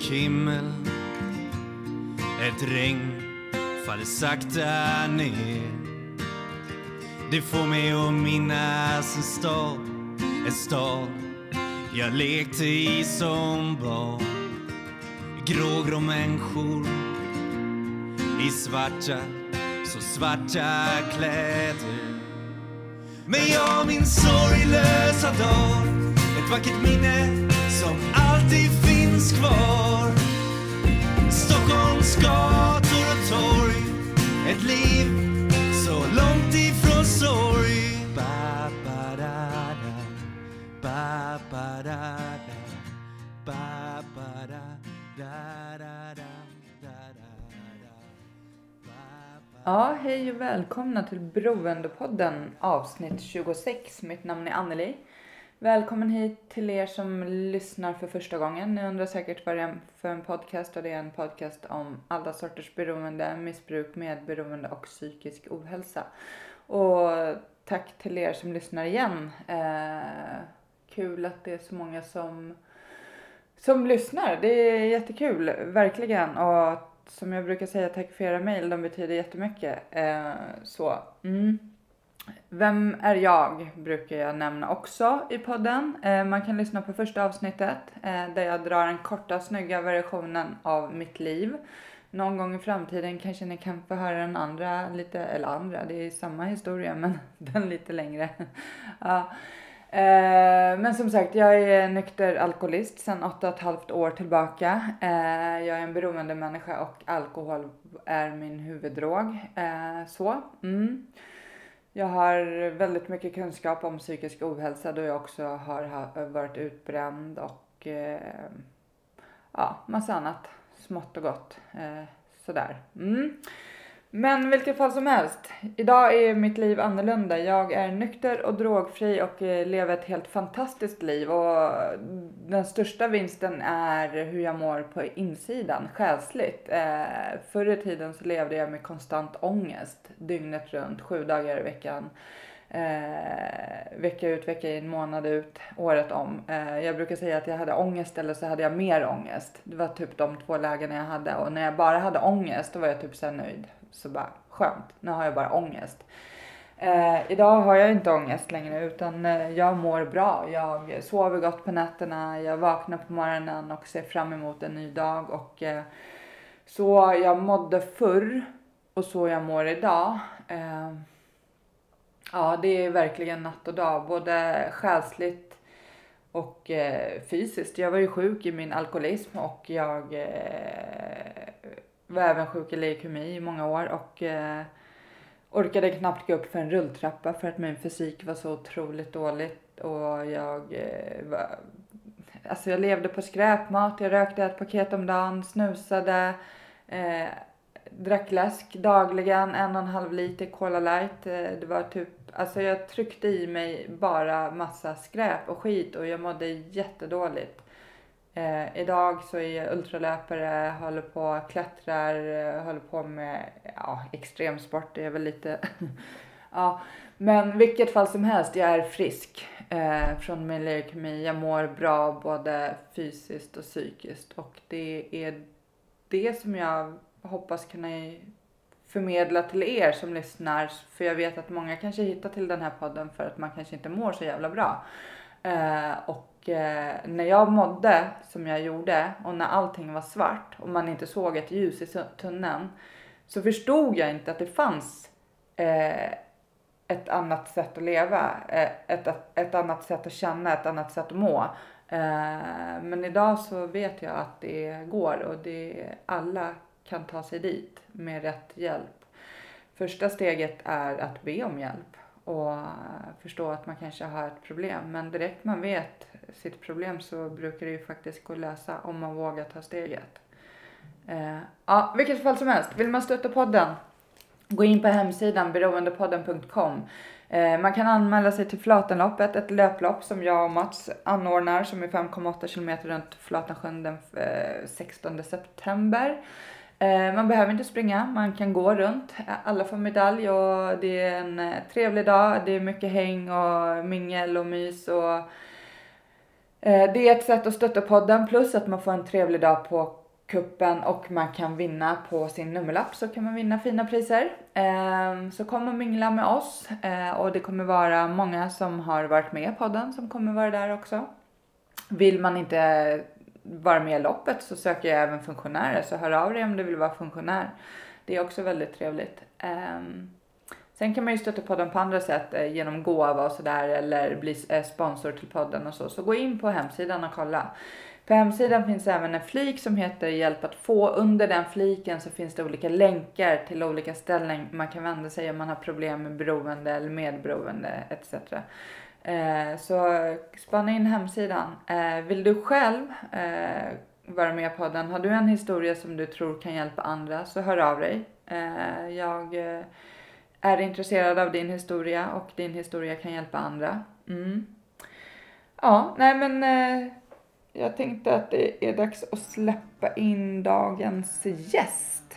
mörk himmel. Ett regn faller sakta ner. Det får mig att minnas en stad jag lekte i som barn. Grå människor i så svarta kläder. Men jag min sorglösa dag, ett vackert minne som alltid finns kvar. Stockholms gator och torg, ett liv så långt ifrån sorg. Ba ba da da, ba ba da da, ba ba da da da da. Ja, hej och välkomna till Beroendepodden avsnitt 26. Mitt namn är Anneli. Välkommen hit till er som lyssnar för första gången. Ni undrar säkert vad det är för en podcast, och det är en podcast om alla sorters beroende, missbruk, medberoende och psykisk ohälsa. Och tack till er som lyssnar igen. Kul att det är så många som lyssnar. Det är jättekul, verkligen. Och som jag brukar säga, tack för era mejl, de betyder jättemycket. Vem är jag brukar jag nämna också i podden. Man kan lyssna på första avsnittet där jag drar den korta, snygga versionen av mitt liv. Någon gång i framtiden kanske ni kan få höra den andra det är samma historia men den lite längre. Ja. Men som sagt, jag är nykter alkoholist sedan 8,5 år tillbaka. Jag är en beroende människa och alkohol är min huvuddrog. Jag har väldigt mycket kunskap om psykisk ohälsa då jag också har varit utbränd och massa annat smått och gott. Sådär. Men vilket fall som helst, idag är mitt liv annorlunda. Jag är nykter och drogfri och lever ett helt fantastiskt liv. Och den största vinsten är hur jag mår på insidan, själsligt. Förr i tiden så levde jag med konstant ångest, dygnet runt, 7 dagar i veckan. Vecka ut, vecka in, månad ut, året om. Jag brukar säga att jag hade ångest eller så hade jag mer ångest. Det var typ de 2 lägena jag hade. Och när jag bara hade ångest då var jag typ så nöjd. Så bara skönt, nu har jag bara ångest. Idag har jag inte ångest längre utan jag mår bra. Jag sover gott på nätterna, jag vaknar på morgonen och ser fram emot en ny dag. Och så jag mådde förr och så jag mår idag. Ja, det är verkligen natt och dag, både själsligt och fysiskt. Jag var ju sjuk i min alkoholism och jag var även sjuk i leukemi i många år och orkade knappt gå upp för en rulltrappa för att min fysik var så otroligt dåligt. Och jag levde på skräpmat, jag rökte ett paket om dagen, snusade, drack läsk dagligen, 1,5 liter Cola Light. Det var typ, jag tryckte i mig bara massa skräp och skit och jag mådde jättedåligt. Idag så är jag ultralöpare, håller på, klättrar, håller på med extremsport, det är väl lite men vilket fall som helst, jag är frisk från min leukemi. Jag mår bra både fysiskt och psykiskt och det är det som jag hoppas kunna förmedla till er som lyssnar, för jag vet att många kanske hittar till den här podden för att man kanske inte mår så jävla bra. När jag mådde som jag gjorde och när allting var svart och man inte såg ett ljus i tunneln, så förstod jag inte att det fanns ett annat sätt att leva, ett annat sätt att känna, ett annat sätt att må. Men idag så vet jag att det går och alla kan ta sig dit med rätt hjälp. Första steget är att be om hjälp och förstå att man kanske har ett problem. Men direkt man vet sitt problem så brukar det ju faktiskt gå att lösa om man vågar ta steget. Vilket fall som helst. Vill man stötta podden? Gå in på hemsidan beroendepodden.com. Man kan anmäla sig till Flatenloppet, ett löplopp som jag och Mats anordnar som är 5,8 km runt Flatensjön den 16 september. Man behöver inte springa, man kan gå runt. Alla får medalj och det är en trevlig dag. Det är mycket häng och mingel och mys och Det är ett sätt att stötta podden, plus att man får en trevlig dag på kuppen och man kan vinna på sin nummerlapp, så kan man vinna fina priser. Så kom och mingla med oss, och det kommer vara många som har varit med i podden som kommer vara där också. Vill man inte vara med i loppet så söker jag även funktionärer, så hör av dig om du vill vara funktionär. Det är också väldigt trevligt. Sen kan man ju stötta podden på andra sätt, genom gåva och sådär, eller bli sponsor till podden och så. Så gå in på hemsidan och kolla. På hemsidan finns även en flik som heter hjälp att få. Under den fliken så finns det olika länkar till olika ställen man kan vända sig om man har problem med beroende eller medberoende etc. Så spana in hemsidan. Vill du själv vara med på podden? Har du en historia som du tror kan hjälpa andra, så hör av dig. Jag är intresserad av din historia och din historia kan hjälpa andra. Ja, nej men jag tänkte att det är dags att släppa in dagens gäst.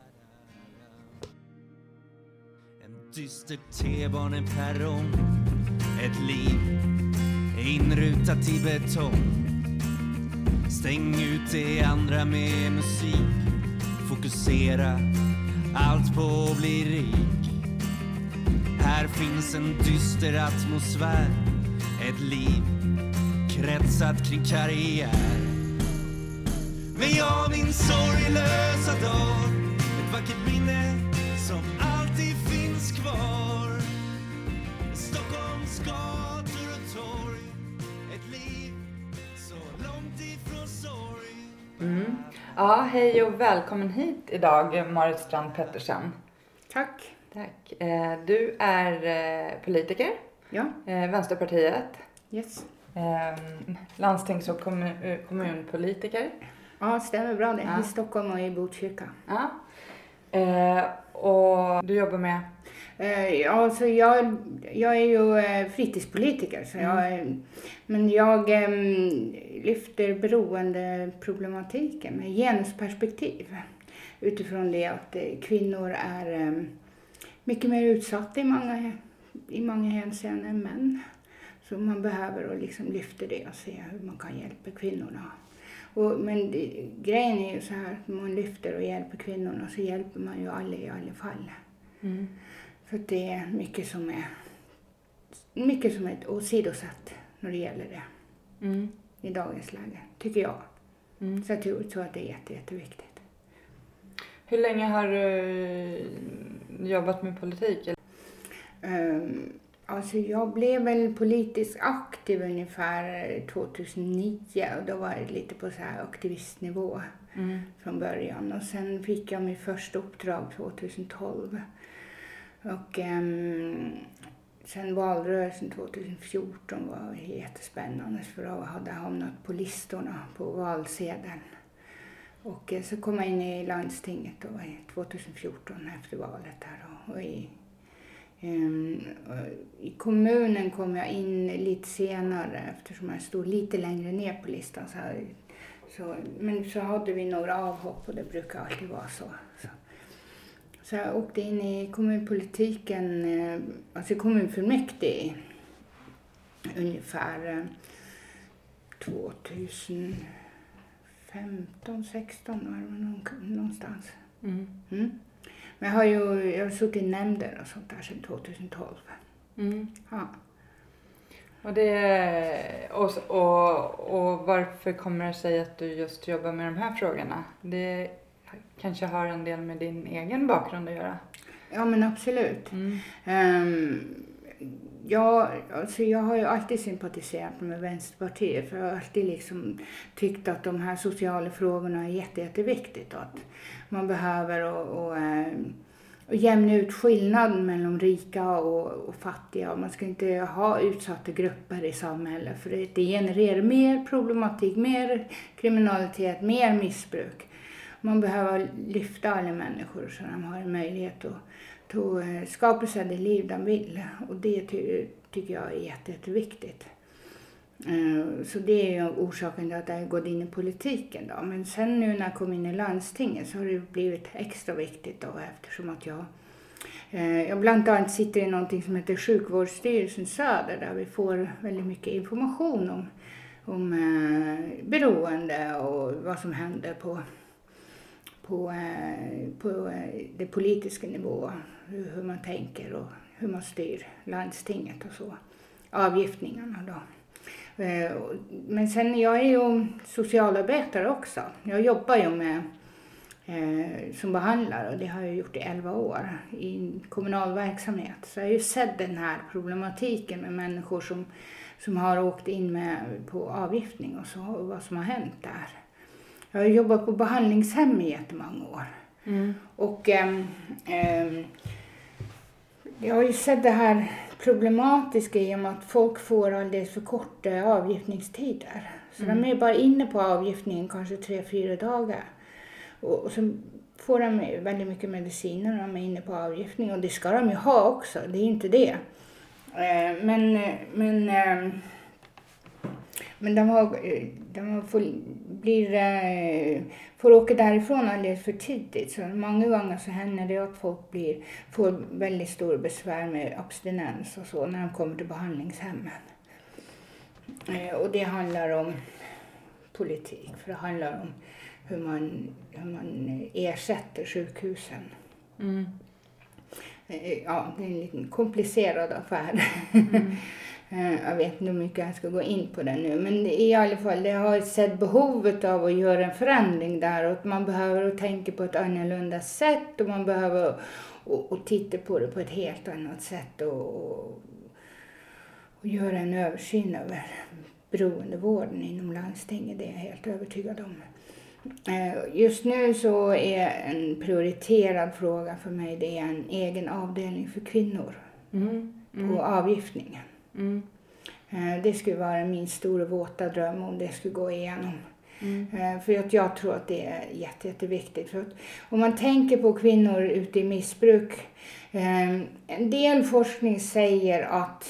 En dyster T-baneperrong, ett liv inrutat i betong. Stäng ut det andra med musik, fokusera allt på att bli rik. Här finns en dyster atmosfär, ett liv kretsat kring karriär. Men jag min sorglösa dag, ett vackert minne som alltid finns kvar. Stockholms gator och torg, ett liv så långt ifrån sorg. Ja, hej och välkommen hit idag, Marit Strand Pettersen. Tack. Tack. Du är politiker. Ja. Vänsterpartiet. Yes. Landstings- och kommunpolitiker. Ja, stämmer bra det. Ja. I Stockholm och i Botkyrka. Ja. Och du jobbar med? Ja, så jag är ju fritidspolitiker. Så men jag lyfter beroendeproblematiken med genusperspektiv. Utifrån det att kvinnor är mycket mer utsatta i många hänseenden än män. Så man behöver liksom lyfta det och se hur man kan hjälpa kvinnorna. Men grejen är ju så här att man lyfter och hjälper kvinnorna så hjälper man ju alla i alla fall. För det är mycket som är ett åsidosatt när det gäller det. I dagens läge, tycker jag. Så jag tror att det är jätteviktigt. Hur länge har du jobbat med politik? Alltså jag blev väl politiskt aktiv ungefär 2009 och då var det lite på så här aktivistnivå från början. Och sen fick jag mitt första uppdrag 2012. Och sen valrörelsen 2014 var jättespännande för då hade jag hamnat på listorna på valsedeln. Och så kom jag in i landstinget då, 2014 efter valet här då, och i kommunen kom jag in lite senare eftersom jag stod lite längre ner på listan. Men så hade vi några avhopp och det brukar alltid vara så. Så jag åkte in i kommunpolitiken, alltså kommunfullmäktige ungefär 2015, 16 var det någonstans. Men jag har suttit i nämnder och sånt där sedan 2012. Ja. Och varför kommer det sig att du just jobbar med de här frågorna? Det kanske har en del med din egen bakgrund att göra. Ja, men absolut. Jag har ju alltid sympatiserat med Vänsterpartiet för jag har alltid liksom tyckt att de här sociala frågorna är jätteviktigt och att man behöver och jämna ut skillnaden mellan rika och fattiga. Man ska inte ha utsatta grupper i samhället för det genererar mer problematik, mer kriminalitet, mer missbruk. Man behöver lyfta alla människor så de har en möjlighet att skapa sig det liv de vill. Och det tycker jag är jätteviktigt. Så det är ju orsaken till att jag gått in i politiken då. Men sen nu när jag kom in i landstinget så har det blivit extra viktigt då eftersom att jag bland annat sitter i någonting som heter Sjukvårdsstyrelsen Söder där vi får väldigt mycket information beroende och vad som händer på det politiska nivå, hur man tänker och hur man styr landstinget och så. Avgiftningarna då. Men sen jag är ju socialarbetare också. Jag jobbar ju med som behandlare och det har jag gjort i 11 år i kommunal verksamhet. Så jag har ju sett den här problematiken med människor som har åkt in med på avgiftning och så och vad som har hänt där. Jag har jobbat på behandlingshem i jättemånga år. Och jag har ju sett det här problematiska i och med att folk får alldeles för korta avgiftningstider. Så de är bara inne på avgiftningen kanske 3-4 dagar. Och så får de väldigt mycket mediciner när de är inne på avgiftning. Och det ska de ju ha också, det är inte det. Men de får åka därifrån alldeles för tidigt. Så många gånger så händer det att folk får väldigt stor besvär med abstinens och så när de kommer till behandlingshemmen. Och det handlar om politik, för det handlar om hur man ersätter sjukhusen. Ja, det är en liten komplicerad affär. Jag vet inte hur mycket jag ska gå in på det nu. Men i alla fall, det har sett behovet av att göra en förändring där. Och att man behöver tänka på ett annorlunda sätt. Och man behöver och titta på det på ett helt annat sätt. Och göra en översyn över beroendevården inom landstinget. Det är jag helt övertygad om. Just nu så är en prioriterad fråga för mig, det är en egen avdelning för kvinnor på avgiftningen. Det skulle vara min stora våta dröm om det skulle gå igenom. För att jag tror att det är jätteviktigt. För att om man tänker på kvinnor ute i missbruk, en del forskning säger att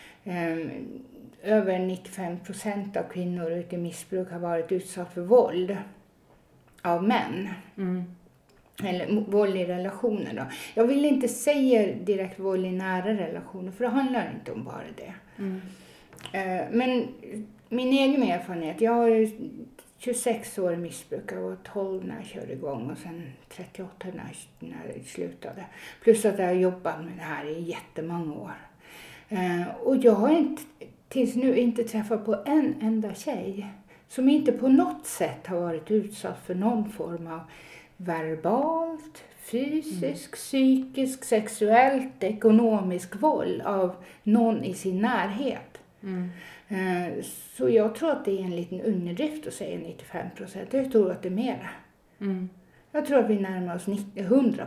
över 95% av kvinnor ute i missbruk har varit utsatt för våld av män. Eller våld i relationer då. Jag vill inte säga direkt våld i nära relationer, för det handlar inte om bara det. Men min egen erfarenhet, jag har 26 år i missbruk, jag var 12 när jag körde igång och sen 38 när jag slutade. Plus att jag har jobbat med det här i jättemånga år. Och jag har tills nu inte träffat på en enda tjej som inte på något sätt har varit utsatt för någon form av verbalt, fysiskt, psykiskt, sexuellt, ekonomisk våld av någon i sin närhet. Så jag tror att det är en liten underdrift att säga 95%. Jag tror att det är mera. Jag tror att vi närmar oss 100%.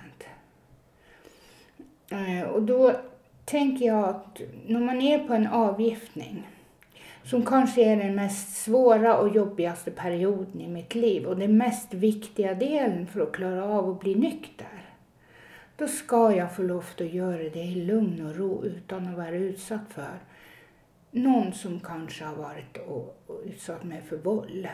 Och då tänker jag att när man är på en avgiftning som kanske är den mest svåra och jobbigaste perioden i mitt liv och den mest viktiga delen för att klara av att bli nykter, då ska jag få lov att göra det i lugn och ro utan att vara utsatt för någon som kanske har varit och utsatt mig för våld.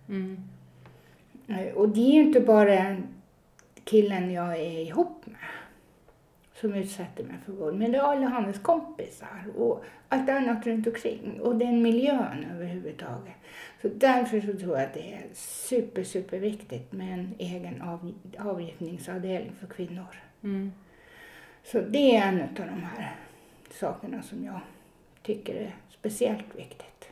Och det är ju inte bara killen jag är ihop med som utsätter mig för våld, men det är alla hans kompisar och allt annat runt omkring och den miljön överhuvudtaget. Så därför så tror jag att det är super viktigt med en egen avgiftningsavdelning för kvinnor. Så det är en av de här sakerna som jag tycker är speciellt viktigt.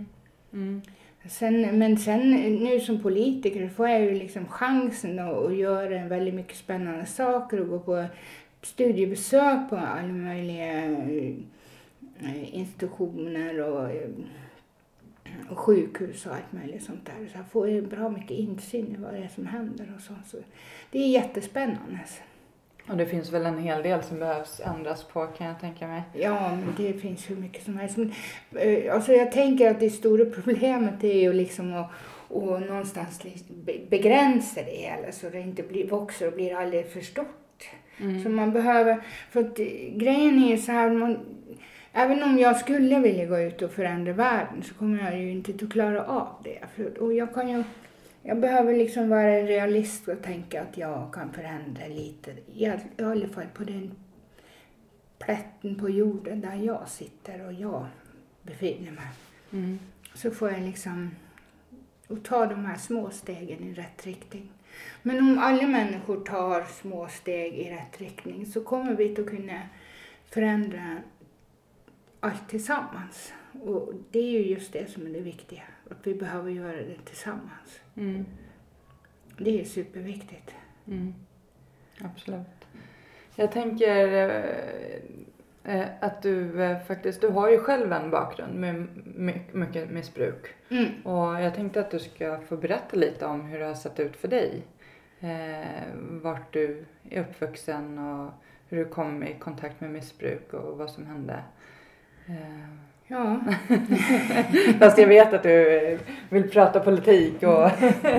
Men sen nu som politiker får jag ju liksom chansen att göra väldigt mycket spännande saker och gå på studiebesök på alla möjliga institutioner och sjukhus och allt möjligt sånt där. Så jag får ju bra mycket insyn i vad det är som händer och så. Så det är jättespännande. Och det finns väl en hel del som behövs ändras på, kan jag tänka mig. Ja, men det finns hur mycket som helst. Alltså jag tänker att det stora problemet är ju liksom att någonstans begränsa det hela så det inte växer och blir alldeles för stort. Så man behöver, för att grejen är så här, även om jag skulle vilja gå ut och förändra världen så kommer jag ju inte att klara av det. Och jag behöver liksom vara realist och tänka att jag kan förändra lite, i alla fall på den plätten på jorden där jag sitter och jag befinner mig. Så får jag liksom och ta de här små stegen i rätt riktning. Men om alla människor tar små steg i rätt riktning så kommer vi att kunna förändra allt tillsammans. Och det är ju just det som är det viktiga. Att vi behöver göra det tillsammans. Det är superviktigt. Absolut. Jag tänker att du faktiskt, du har ju själv en bakgrund med mycket missbruk. Och jag tänkte att du ska få berätta lite om hur det har sett ut för dig. Vart du är uppvuxen och hur du kom i kontakt med missbruk och vad som hände. Ja. Fast jag vet att du vill prata politik och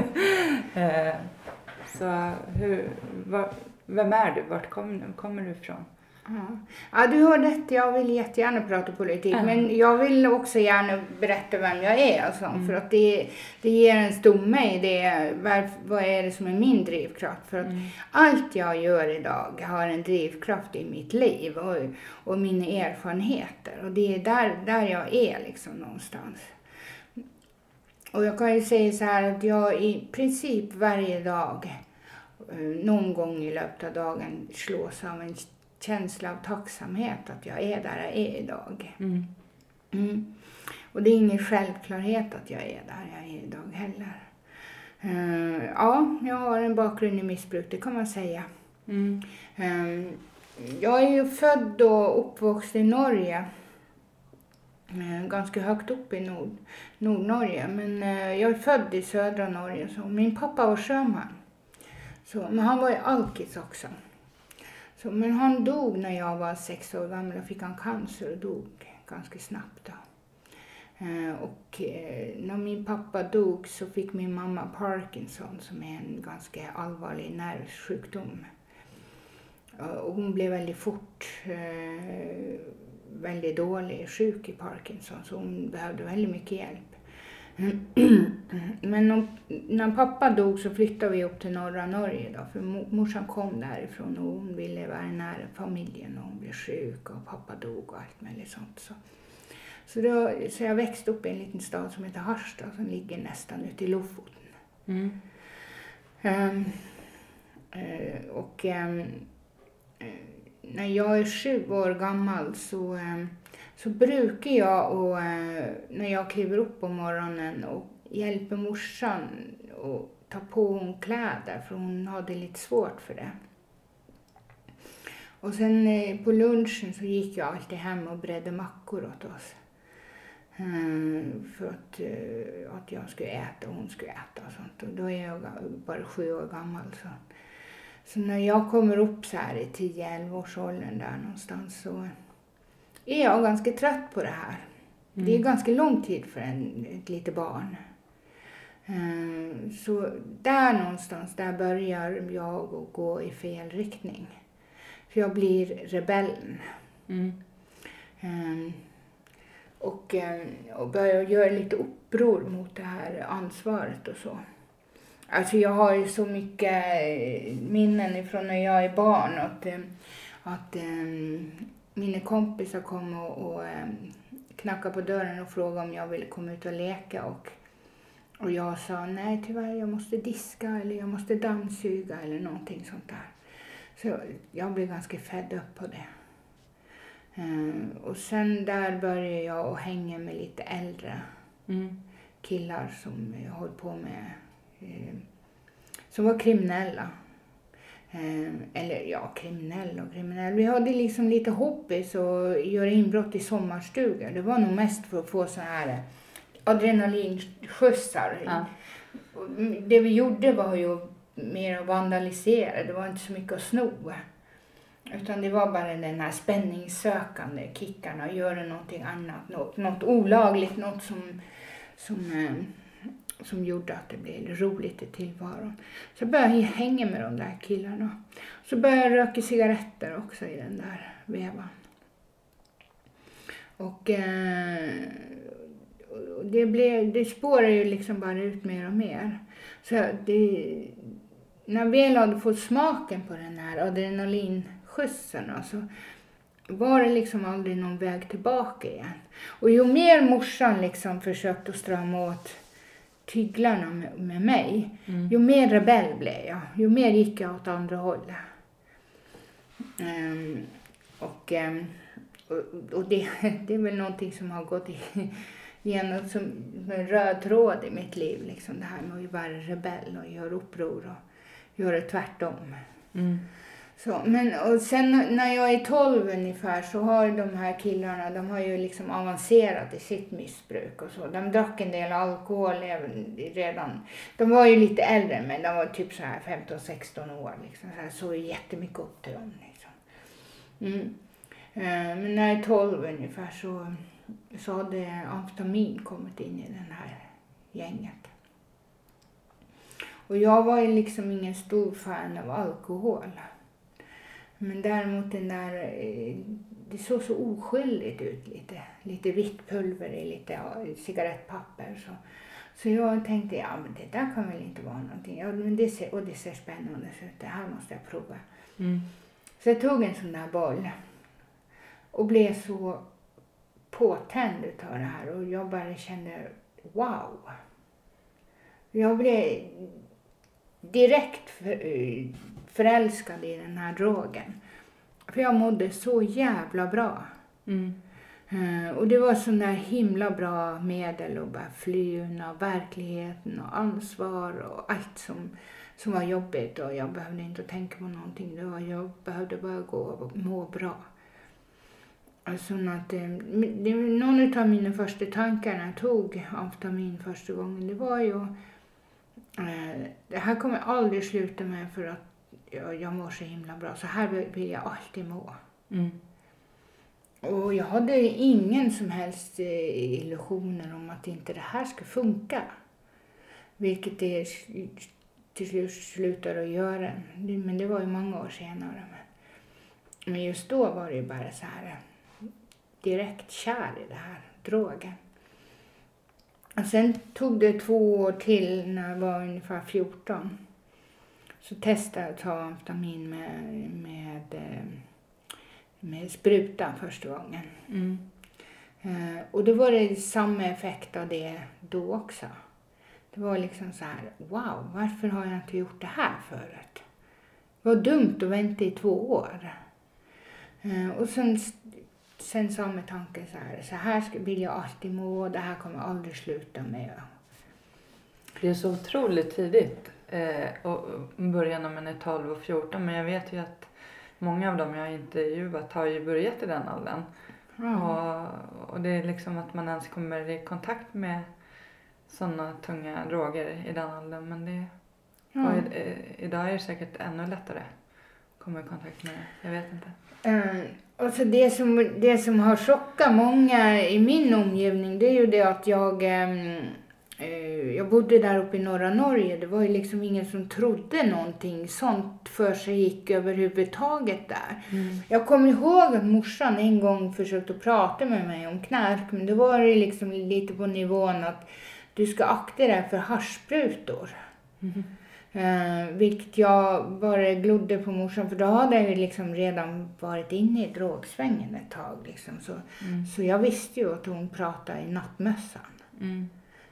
så vem är du? Vart kommer du ifrån? Ja, du har rätt. Jag vill jättegärna prata politik. Men jag vill också gärna berätta vem jag är. Alltså, för att det ger en stomme i det. Vad är det som är min drivkraft? För att allt jag gör idag har en drivkraft i mitt liv. Och mina erfarenheter. Och det är där jag är liksom någonstans. Och jag kan ju säga så här att jag i princip varje dag, någon gång i löpet av dagen, slås av en känsla av tacksamhet att jag är där jag är idag. Och det är ingen självklarhet att jag är där jag är idag heller. Ja, jag har en bakgrund i missbruk, det kan man säga. Jag är ju född och uppvuxen i Norge. Ganska högt upp i Nordnorge. Men jag är född i södra Norge. Så min pappa var sjöman. Men han var ju alkis också. Men han dog när jag var 6 år gammal. Då fick han cancer och dog ganska snabbt då. Och när min pappa dog så fick min mamma Parkinson, som är en ganska allvarlig nervsjukdom. Och hon blev väldigt fort väldigt dålig, sjuk i Parkinson, så hon behövde väldigt mycket hjälp. Men när pappa dog så flyttade vi upp till norra Norge då, för morsan kom därifrån och hon ville vara nära familjen och hon blev sjuk och pappa dog och allt möjligt sånt. Så jag växte upp i en liten stad som heter Harstad som ligger nästan ute i Lofoten. När jag är 7 år gammal så brukar jag, och när jag kliver upp på morgonen och hjälper morsan och ta på hon kläder, för hon hade lite svårt för det. Och sen på lunchen så gick jag alltid hem och bredde mackor åt oss. För att jag skulle äta och hon skulle äta och sånt. Och då är jag bara 7 år gammal. Så när jag kommer upp så här i 10-11 års åldern där någonstans så är jag ganska trött på det här. Det är ganska lång tid för ett litet barn. Så där någonstans, där börjar jag att gå i fel riktning. För jag blir rebellen. Och börjar göra lite uppror mot det här ansvaret och så. Alltså jag har ju så mycket minnen ifrån när jag är barn att mina kompisar kom och knackade på dörren och frågade om jag ville komma ut och leka och jag sa nej tyvärr, jag måste diska eller jag måste dammsuga eller någonting sånt där. Så jag blev ganska fedd upp på det. Och sen där började jag att hänga med lite äldre killar som jag höll på med, som var kriminella. Eller ja, kriminell. Vi hade liksom lite hobbies och göra inbrott i sommarstugor. Det var nog mest för att få så här adrenalinskjutsar. Ja. Det vi gjorde var ju mer att vandalisera. Det var inte så mycket att sno. Utan det var bara den här spänningssökande kickarna. Att göra någonting annat. Något olagligt. Något som gjorde att det blev roligt i tillvaron. Så började jag hänga med de där killarna. Så började jag röka cigaretter också i den där vevan. Och det spårade ju liksom bara ut mer och mer. Så när jag väl hade fått smaken på den här adrenalinskjutsen så var det liksom aldrig någon väg tillbaka igen. Och ju mer morsan liksom försökte strama åt tyglarna med mig, ju mer rebell blev jag. Ju mer gick jag åt andra hållet. Och det är väl någonting som har gått igenom som en röd tråd i mitt liv. Liksom det här med att vara rebell och göra uppror och göra tvärtom. Så, och sen när jag är 12 ungefär så har de här killarna, de har ju liksom avancerat i sitt missbruk och så. De drack en del alkohol redan. De var ju lite äldre, men de var typ så här 15-16 år liksom. Så jag såg jättemycket upp till dem liksom. Men när jag är 12 ungefär så hade amfetamin kommit in i den här gänget. Och jag var ju liksom ingen stor fan av alkohol. Men däremot det såg så oskyldigt ut lite vitt pulver i lite cigarettpapper. Så jag tänkte, ja men det där kan väl inte vara någonting. Ja, men det ser spännande ut, det här måste jag prova. Så jag tog en sån där boll och blev så påtänd utav det här. Och jag bara kände, wow. Jag blev direkt förälskad i den här drogen. För jag mådde så jävla bra. Och det var sån där himla bra medel att bara fly undan verkligheten och ansvar och allt som var jobbigt. Och jag behövde inte tänka på någonting. Jag behövde bara gå och må bra. Alltså att någon av mina första tankar när jag tog amfetamin första gången, det var ju det här kommer aldrig sluta med för att jag mår så himla bra. Så här vill jag alltid må. Och jag hade ingen som helst illusioner om att inte det här ska funka. Vilket det till slut slutade att göra. Men det var ju många år senare. Men just då var det ju bara så här direkt kär i det här drogen. Och sen tog det 2 år till när jag var ungefär 14. Så testade jag att ta amfetamin med spruta första gången. Och då var det samma effekt av det då också. Det var liksom så här, wow, varför har jag inte gjort det här förut? Det var dumt att vänta i 2 år. Och sen samma tanke så här vill jag alltid må, det här kommer aldrig sluta med. Det är så otroligt tidigt. Och början när man är 12 och 14. Men jag vet ju att många av dem jag har intervjuat har ju börjat i den åldern. Och det är liksom att man ens kommer i kontakt med sådana tunga droger i den åldern. Men idag är det säkert ännu lättare att komma i kontakt med det. Jag vet inte. Och så det som har chockat många i min omgivning, det är ju det att jag bodde där uppe i norra Norge. Det var ju liksom ingen som trodde någonting sånt för sig gick överhuvudtaget där. Jag kommer ihåg att morsan en gång försökte prata med mig om knark. Men då var det liksom lite på nivån att du ska akta dig för haschsprutor. Vilket jag bara glodde på morsan. För då hade jag liksom redan varit inne i drogsvängen ett tag. Liksom. Så jag visste ju att hon pratade i nattmössan.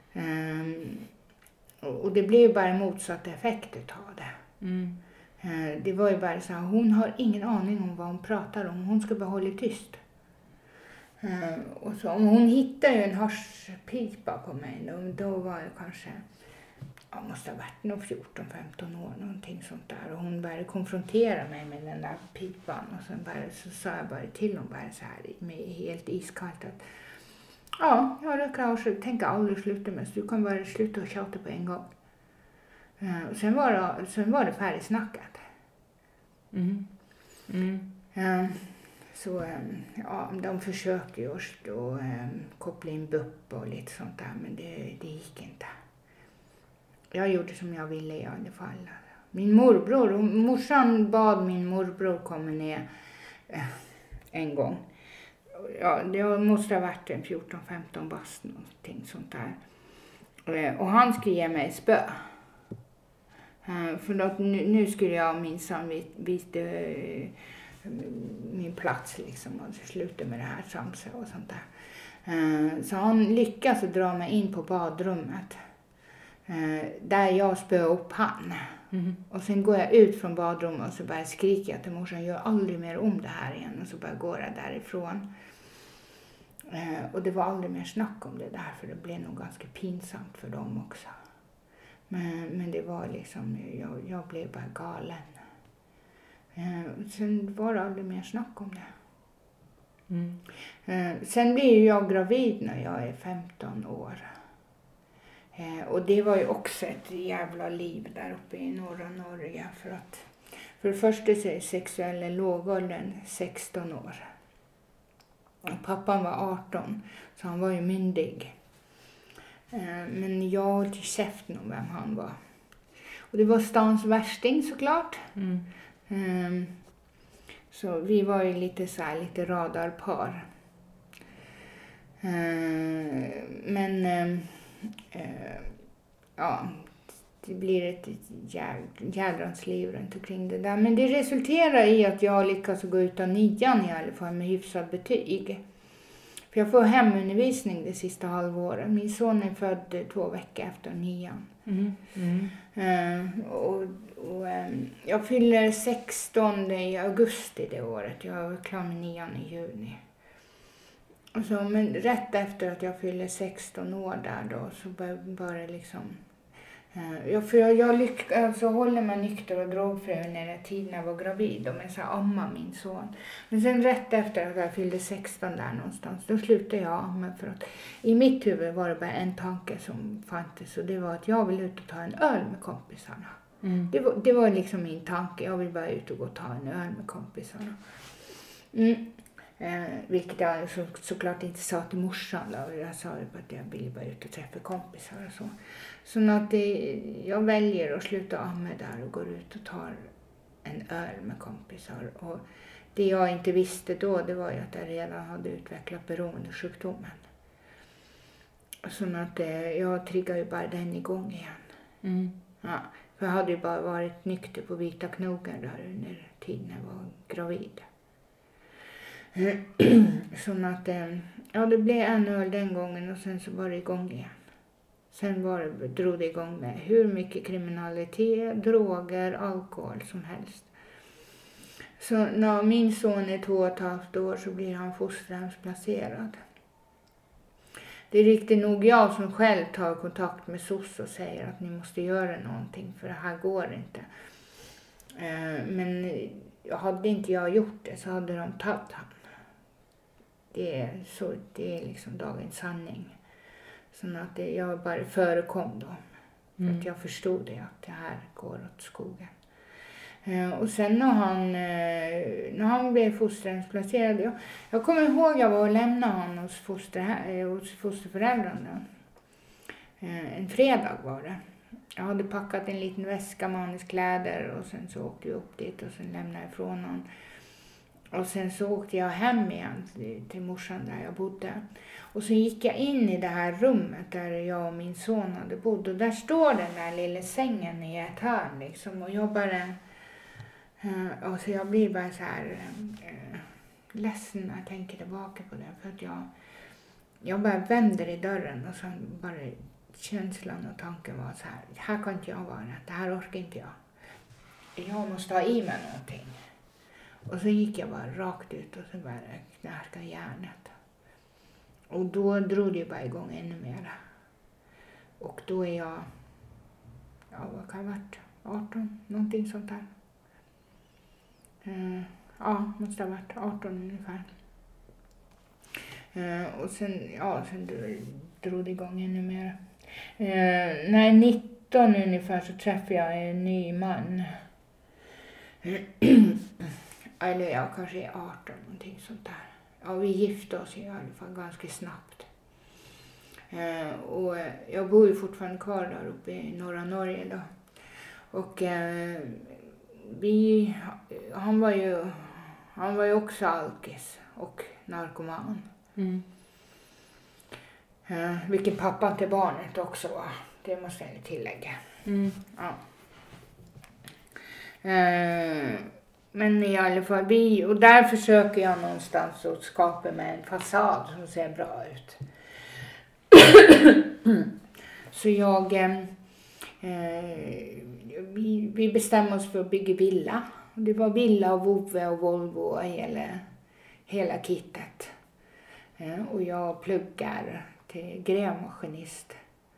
Och det blev bara motsatt effekt av det. Det var ju bara så här, hon har ingen aning om vad hon pratar om. Hon ska bara hålla tyst. Och så om hon hittade ju en haschpipa på mig, då var jag kanske, jag måste ha varit nog 14-15 år, någonting sånt där. Och hon började konfrontera mig med den där pipan. Och så sa jag bara till hon bara så här med helt iskallt att jag kanske tänker aldrig sluta med, så du kan bara sluta och tjata på en gång. Och sen var det färdigsnackat. Så de försökte ju att koppla in BUP och lite sånt där, men det gick inte. Jag gjorde som jag ville i alla fall. Morsan bad min morbror komma ner en gång. Ja, det måste ha varit en 14-15 bast, någonting sånt där. Och han skulle ge mig spö. För att nu skulle jag minsann visa min plats liksom och sluta med det här tramset och sånt där. Så han lyckas dra mig in på badrummet. Där jag spöar upp han. Och sen går jag ut från badrummet och så bara skriker jag till morsan, gör aldrig mer om det här igen. Och så bara går jag därifrån. Och det var aldrig mer snack om det där, för det blev nog ganska pinsamt för dem också. Men det var liksom, jag blev bara galen. Sen var det aldrig mer snack om det. Sen blir jag gravid när jag är 15 år. Och det var ju också ett jävla liv där uppe i norra Norge. För det första så är sexuella lågåldern 16 år. Och pappan var 18, så han var ju myndig. Men jag höll till käften om vem han var. Och det var stans värsting såklart. Så vi var ju lite radarpar. Det blir ett jädrans liv runt omkring det där. Men det resulterar i att jag lyckas gå ut av 9:an i alla fall med hyfsad betyg. För jag får hemundervisning det sista halvåret. Min son är född 2 veckor efter 9:an. Jag fyller 16 i augusti det året. Jag var klar med 9:an i juni. Men rätt efter att jag fyller 16 år där då så började liksom... Jag lyckades hålla mig nykter och drogfri när tiden jag var gravid och men så amma min son. Men sen rätt efter att jag fyllde 16 där någonstans, då slutade jag amma, för att i mitt huvud var det bara en tanke som fanns, och det var att jag ville ut och ta en öl med kompisarna. Det var liksom min tanke, jag vill bara ut och gå och ta en öl med kompisarna. Vilket jag såklart inte sa till morsan då. Jag sa att jag ville bara ut och träffa kompisar och så. Så att jag väljer att sluta amma där och går ut och tar en öl med kompisar. Och det jag inte visste då, det var ju att jag redan hade utvecklat beroendesjukdomen. Så att jag triggar ju bara den igång igen. Ja, för jag hade ju bara varit nykter på Vita knogen där under tiden jag var gravid. Så att det blev en öl den gången och sen så var det igång igen. Sen drog det igång med hur mycket kriminalitet, droger, alkohol som helst. Så när min son är 2,5 år så blir han fosterhemsplacerad. Det är riktigt nog jag som själv tar kontakt med SOS och säger att ni måste göra någonting, för det här går inte. Men hade inte jag gjort det så hade de tagit han. Det är liksom dagens sanning. Så att jag bara förekom då. För att jag förstod det, att det här går åt skogen. Och sen när han blev fosterhemsplacerad. Jag kommer ihåg jag var och lämnade honom hos fosterföräldrarna. En fredag var det. Jag hade packat en liten väska med hans kläder och sen så åkte jag upp dit och sen lämnade jag ifrån honom. Och sen så åkte jag hem igen till morsan där jag bodde. Och så gick jag in i det här rummet där jag och min son hade bott. Och där står den där lilla sängen i ett hörn liksom. Och jag bara... och så jag blir bara så här ledsen när jag tänker tillbaka på det. För att jag bara vänder i dörren och så bara känslan och tanken var så här kan inte jag vara, det här orkar inte jag. Jag måste ha i mig någonting. Och så gick jag bara rakt ut och så bara knarkade hjärnet. Och då drog det bara igång ännu mer. Och då är jag, vad kan jag ha varit? 18, någonting sånt där. Måste ha varit 18 ungefär. Och sen drog det igång ännu mer. När jag är 19 ungefär så träffade jag en ny man. Eller jag kanske är 18, någonting sånt där. Ja, vi gifte oss i alla fall ganska snabbt. Och jag bor ju fortfarande kvar där uppe i norra Norge då. Och han var ju också alkis och narkoman. Vilken pappa till barnet också var. Det måste jag tillägga. Ja. Men i alla fall, och där försöker jag någonstans att skapa med en fasad som ser bra ut. Så vi bestämde oss för att bygga villa. Det var villa och Vove och Volvo och hela kittet. Och jag pluggar till grävmaskinist.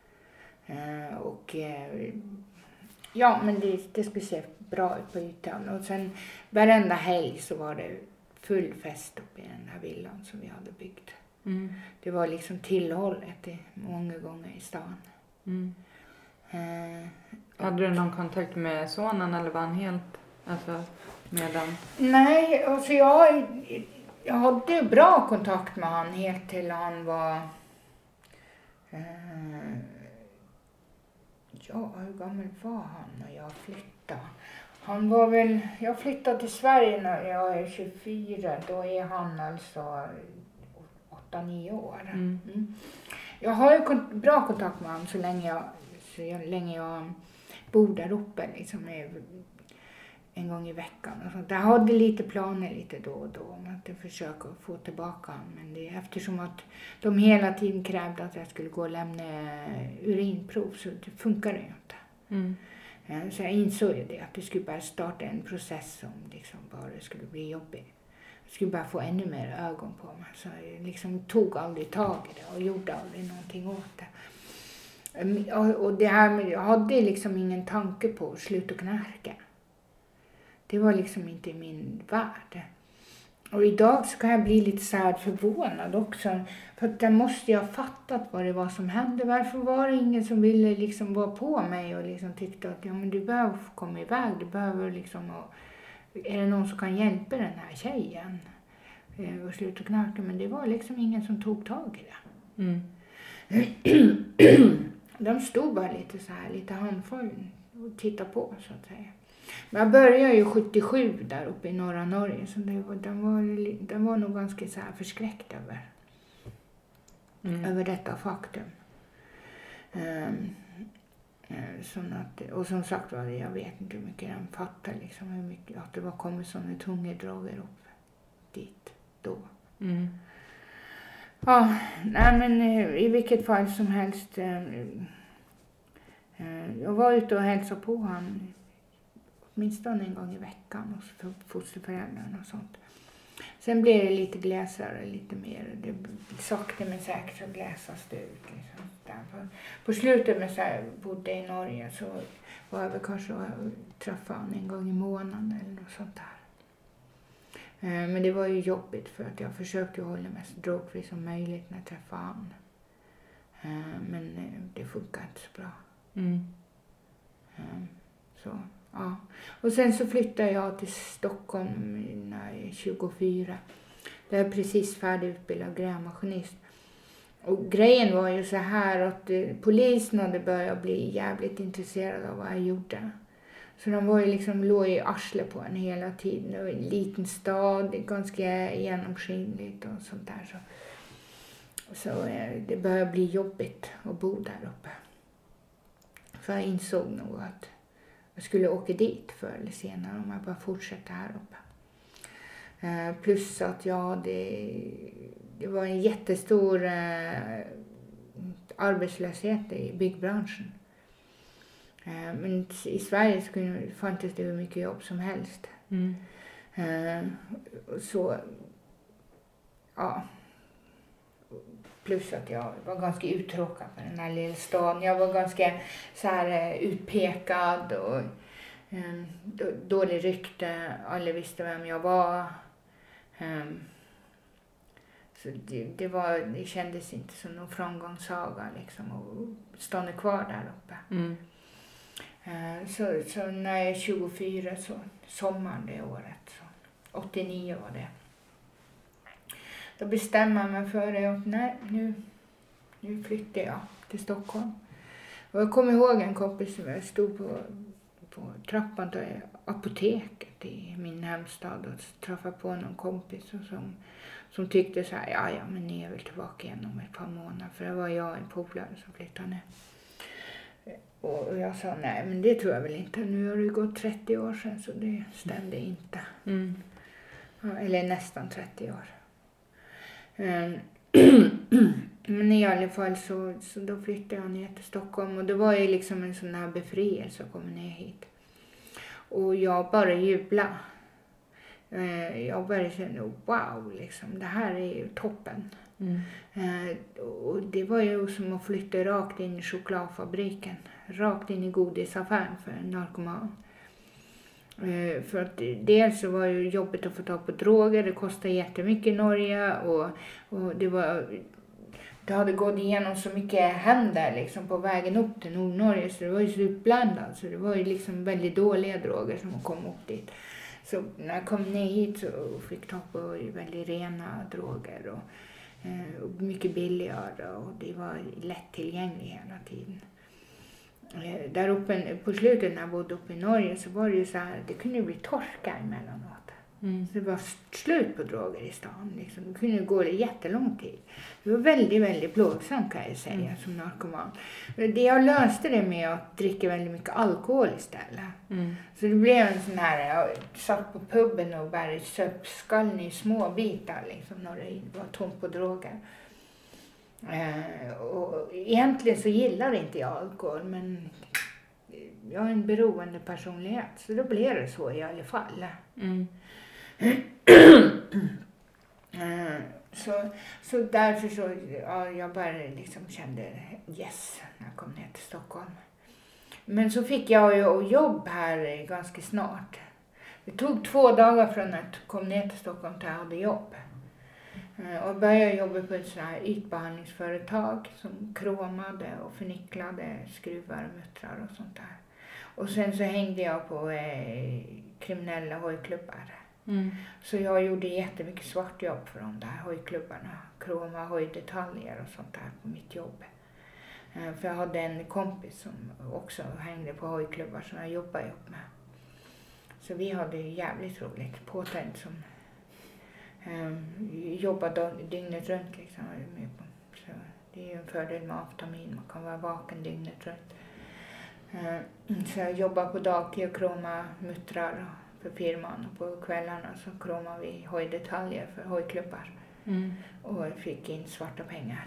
Men det skulle se bra ut på ytan. Och sen varenda helg så var det full fest uppe i den här villan som vi hade byggt. Mm. Det var liksom tillhållet många gånger i stan. Mm. Hade du någon kontakt med sonen eller var han helt med den? Nej, alltså jag hade bra kontakt med han helt till han var... hur gammal var han när jag flyttade? Han var väl... Jag flyttade till Sverige när jag är 24. Då är han alltså 8-9 år. Mm. Mm. Jag har ju bra kontakt med honom så länge jag bor där uppe liksom en gång i veckan och sånt. Jag hade lite planer lite då och då om att försöka få tillbaka honom. Men det eftersom att de hela tiden krävde att jag skulle gå och lämna urinprov så det funkar det ju inte. Mm. Så jag insåg ju det att det skulle bara starta en process som liksom bara skulle bli jobbig. Jag skulle bara få ännu mer ögon på mig. Så jag liksom tog aldrig tag i det och gjorde aldrig någonting åt det. Och det här med, jag hade liksom ingen tanke på att sluta knarka. Det var liksom inte i min värld. Och idag så kan jag bli lite så här förvånad också. För att jag måste ju ha fattat vad det var som hände. Varför var det ingen som ville liksom vara på mig och liksom tyckte att ja, men du behöver komma iväg. Du behöver liksom... Är det någon som kan hjälpa den här tjejen och sluta knarka? Men det var liksom ingen som tog tag i det. Mm. De stod bara lite så här, lite handfull och tittade på så att säga. Men jag började ju 77 där uppe i norra Norge så den var nog ganska så här förskräckt över detta faktum. Och som sagt var jag vet inte hur mycket de fattar liksom, hur mycket att det var kommit sådana tunga droger upp dit då. Mm. Ja, nej men i vilket fall som helst jag var ute och hälsade på han åtminstone en gång i veckan hos fosterföräldrarna och sånt. Sen blev det lite gläsare, lite mer. Det sakta men säkert så gläsas det ut. Liksom. På slutet när jag bodde i Norge så var jag väl kanske och träffade han en gång i månaden eller något sånt där. Men det var ju jobbigt för att jag försökte hålla mig så drogfri som möjligt när jag träffade han. Men det funkar inte så bra. Mm. Så, ja. Och sen så flyttade jag till Stockholm när jag är 24. Där är jag precis färdigutbildad grävmaskinist. Och grejen var ju så här att polisen hade börjat bli jävligt intresserade av vad jag gjorde. Så de var ju liksom, låg i arsle på en hela tiden. Det var en liten stad, ganska genomskinligt och sånt där. Så det började bli jobbigt att bo där uppe. Så jag insåg nog att jag skulle åka dit förr eller senare om jag bara fortsätter här uppe. Plus att det var en jättestor arbetslöshet i byggbranschen. Men i Sverige fanns det hur mycket jobb som helst. Mm. Så, ja. Plus att jag var ganska uttråkad på den här lilla staden. Jag var ganska så här utpekad och dålig rykte. Alla visste vem jag var. Så det kändes inte som någon framgångssaga liksom att stanna kvar där uppe. Mm. Så när jag är 24 så sommaren det året, så 89 var det. Då bestämmer jag mig för att nej, nu flyttar jag till Stockholm. Och jag kommer ihåg en kompis som jag stod på trappan till apoteket i min hemstad och träffade på någon kompis och som tyckte så här, ja men ni är väl tillbaka igen om ett par månader. För det var jag en polare som flyttade ner. Och jag sa nej, men det tror jag väl inte. Nu har det gått 30 år sedan så det stämde inte. Ja, eller nästan 30 år. Men i alla fall så då flyttade jag ner till Stockholm. Och det var ju liksom en sån här befrielse att komma ner hit. Och jag bara jubla. Jag började känna wow, liksom, det här är ju toppen. Och det var ju som att flytta rakt in i chokladfabriken. Rakt in i godisaffären för en narkoman. För att dels så var ju jobbigt att få tag på droger. Det kostade jättemycket i Norge. Och det hade gått igenom så mycket händer liksom på vägen upp till Nordnorge. Så det var ju så utblandat. Så det var ju liksom väldigt dåliga droger som kom upp dit. Så när jag kom ner hit så fick tag på väldigt rena droger. Och mycket billigare. Och det var lättillgängligt hela tiden. Där uppe på slutet när jag bodde uppe i Norge så var det ju så här, det kunde bli torka emellanåt. Så det var slut på droger i stan. Liksom. Det kunde gå jättelång tid. Det var väldigt, väldigt plågsamt kan jag säga som narkoman. Jag löste det med att dricka väldigt mycket alkohol istället. Så det blev en sån här, jag satt på puben och bara söp skallen i små bitar liksom, när det var tomt på droger. Och egentligen så gillar inte jag alkohol, men jag har en beroende personlighet så då blev det så i alla fall. Så därför så jag bara liksom kände yes när jag kom ner till Stockholm. Men så fick jag ju jobb här ganska snart. Det tog 2 dagar från att jag kom ner till Stockholm till att jag hade jobb. Och började jobba på ett sånt här ytbehandlingsföretag som kromade och förnicklade skruvar och muttrar och sånt där. Och sen så hängde jag på kriminella hojklubbar. Så jag gjorde jättemycket svartjobb för de där hojklubbarna. Kroma hojdetaljer och sånt där på mitt jobb. För jag hade en kompis som också hängde på hojklubbar som jag jobbade upp med. Så vi hade jävligt roligt påtänt som jobbar dygnet runt liksom. Så det är ju en fördel med aftamin, man kan vara vaken dygnet runt. Så jag jobbar på dagtid och kroma muttrar för firman och på kvällarna så kromar vi hojdetaljer för hojklubbar. Och fick in svarta pengar.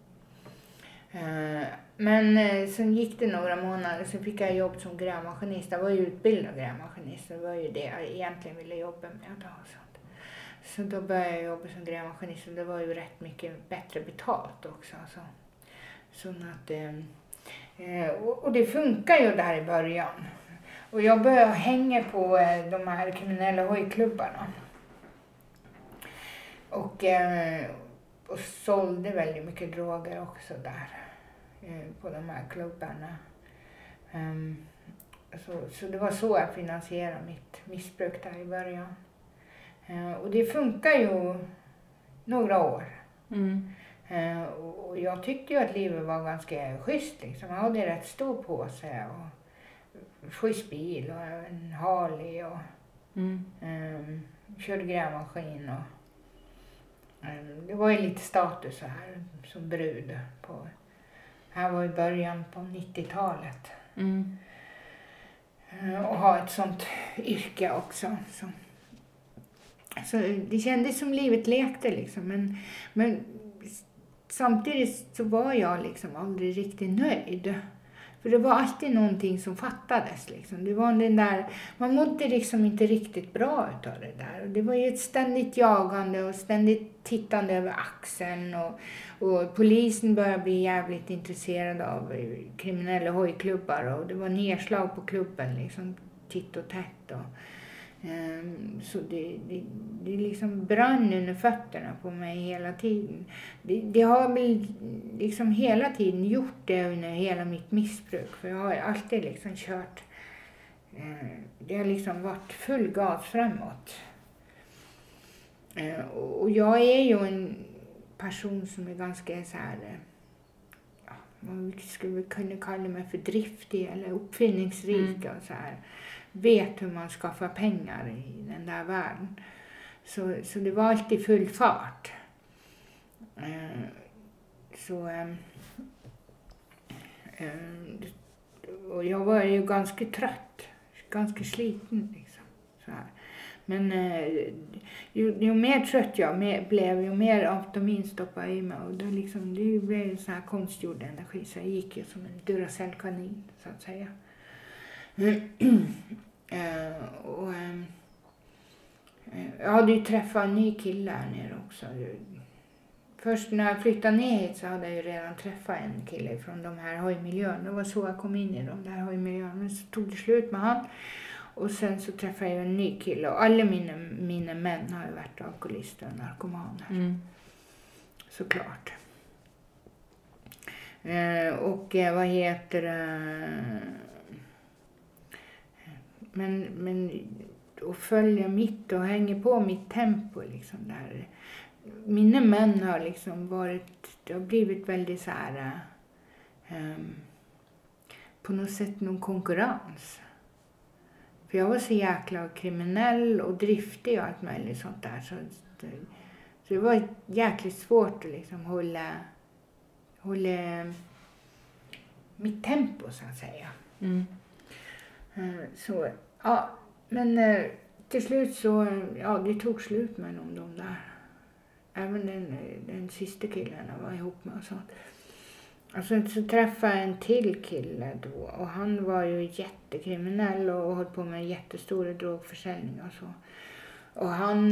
Men sen gick det några månader så fick jag jobb som grävmaskinist. Jag var ju utbildad grävmaskinist. Det var ju det jag egentligen ville jobba med då. Så då började jag jobba som grävmaskinist och det var ju rätt mycket bättre betalt också. Så att, och det funkar ju där i början. Och jag började hänga på de här kriminella hojklubbarna. Och sålde väldigt mycket droger också där på de här klubbarna. Så det var så jag finansierade mitt missbruk där i början. Och det funkar ju några år. Och jag tyckte ju att livet var ganska schysst. Liksom. Jag hade rätt stor påse och schysst bil och en Harley och körde grävmaskin. Och, det var ju lite status så här som brud. Här var i början på 90-talet. Och ha ett sånt yrke också. Så det kändes som livet lekte liksom. Men samtidigt så var jag liksom aldrig riktigt nöjd. För det var alltid någonting som fattades liksom. Det var den där, man mådde liksom inte riktigt bra utav det där. Det var ju ett ständigt jagande och ständigt tittande över axeln. Och polisen började bli jävligt intresserad av kriminella hojklubbar. Och det var nedslag på klubben liksom titt och tätt. Så det liksom brann under fötterna på mig hela tiden. Det har väl liksom hela tiden gjort det under hela mitt missbruk. För jag har alltid liksom kört, det har liksom varit full gas framåt. Och jag är ju en person som är ganska så här, man skulle kunna kalla mig för driftig eller uppfinningsrik och så här. Vet hur man skaffar pengar i den där världen. Så det var alltid full fart. och jag var ju ganska trött, ganska sliten liksom. Så här. Men ju mer trött jag blev, ju mer amfetamin stoppade i mig. Och det blev så här konstgjord energi. Så jag gick ju som en Duracell-kanin, så att säga. Jag hade ju träffat en ny kille här nere också. Först när jag flyttade ner hit så hade jag ju redan träffat en kille från de här hojmiljön. Det var så jag kom in i de där hojmiljön. Men så tog det slut med han. Och sen så träffade jag en ny kille. Och alla mina män har ju varit alkoholister och narkomaner. Mm. Såklart. Och vad heter det? Men och följa mitt och hänga på mitt tempo liksom där. Mina män har liksom det har blivit väldigt så här på något sätt någon konkurrens. För jag var så jäkla kriminell och driftig och allt möjligt sånt där. Så det var jäkligt svårt att liksom hålla mitt tempo så att säga. Mm. Så, ja, men till slut så, det tog slut med de där. Även den sista killen jag var ihop med och sånt. Och sen så träffade jag en till kille då. Och han var ju jättekriminell och höll på med jättestora drogförsäljningar och så. Och han,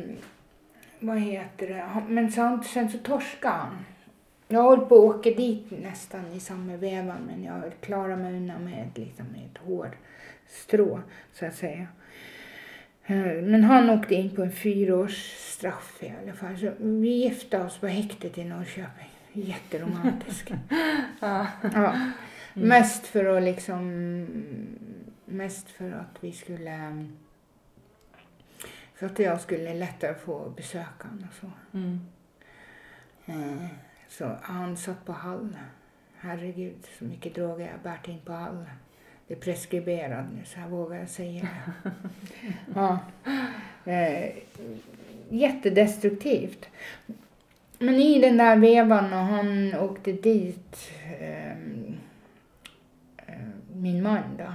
men sen så torskade han. Jag höll på att åka dit nästan i samma veva, men jag klarade mig undan med ett hårstrå så att säga. Men han åkte in på en 4-årsstraff i alla fall. Så vi gifte oss på häktet i Norrköping. Jätteromantiskt. Ja. Ja. Mest för att vi skulle... För att jag skulle lättare få besöka honom och så. Mm. Så han satt på Hall. Herregud, så mycket droger jag bärt in på Hall. Det är preskriberat nu, så här vågar jag säga det. Ja. Jättedestruktivt. Men i den där vevan och han åkte dit, min man då.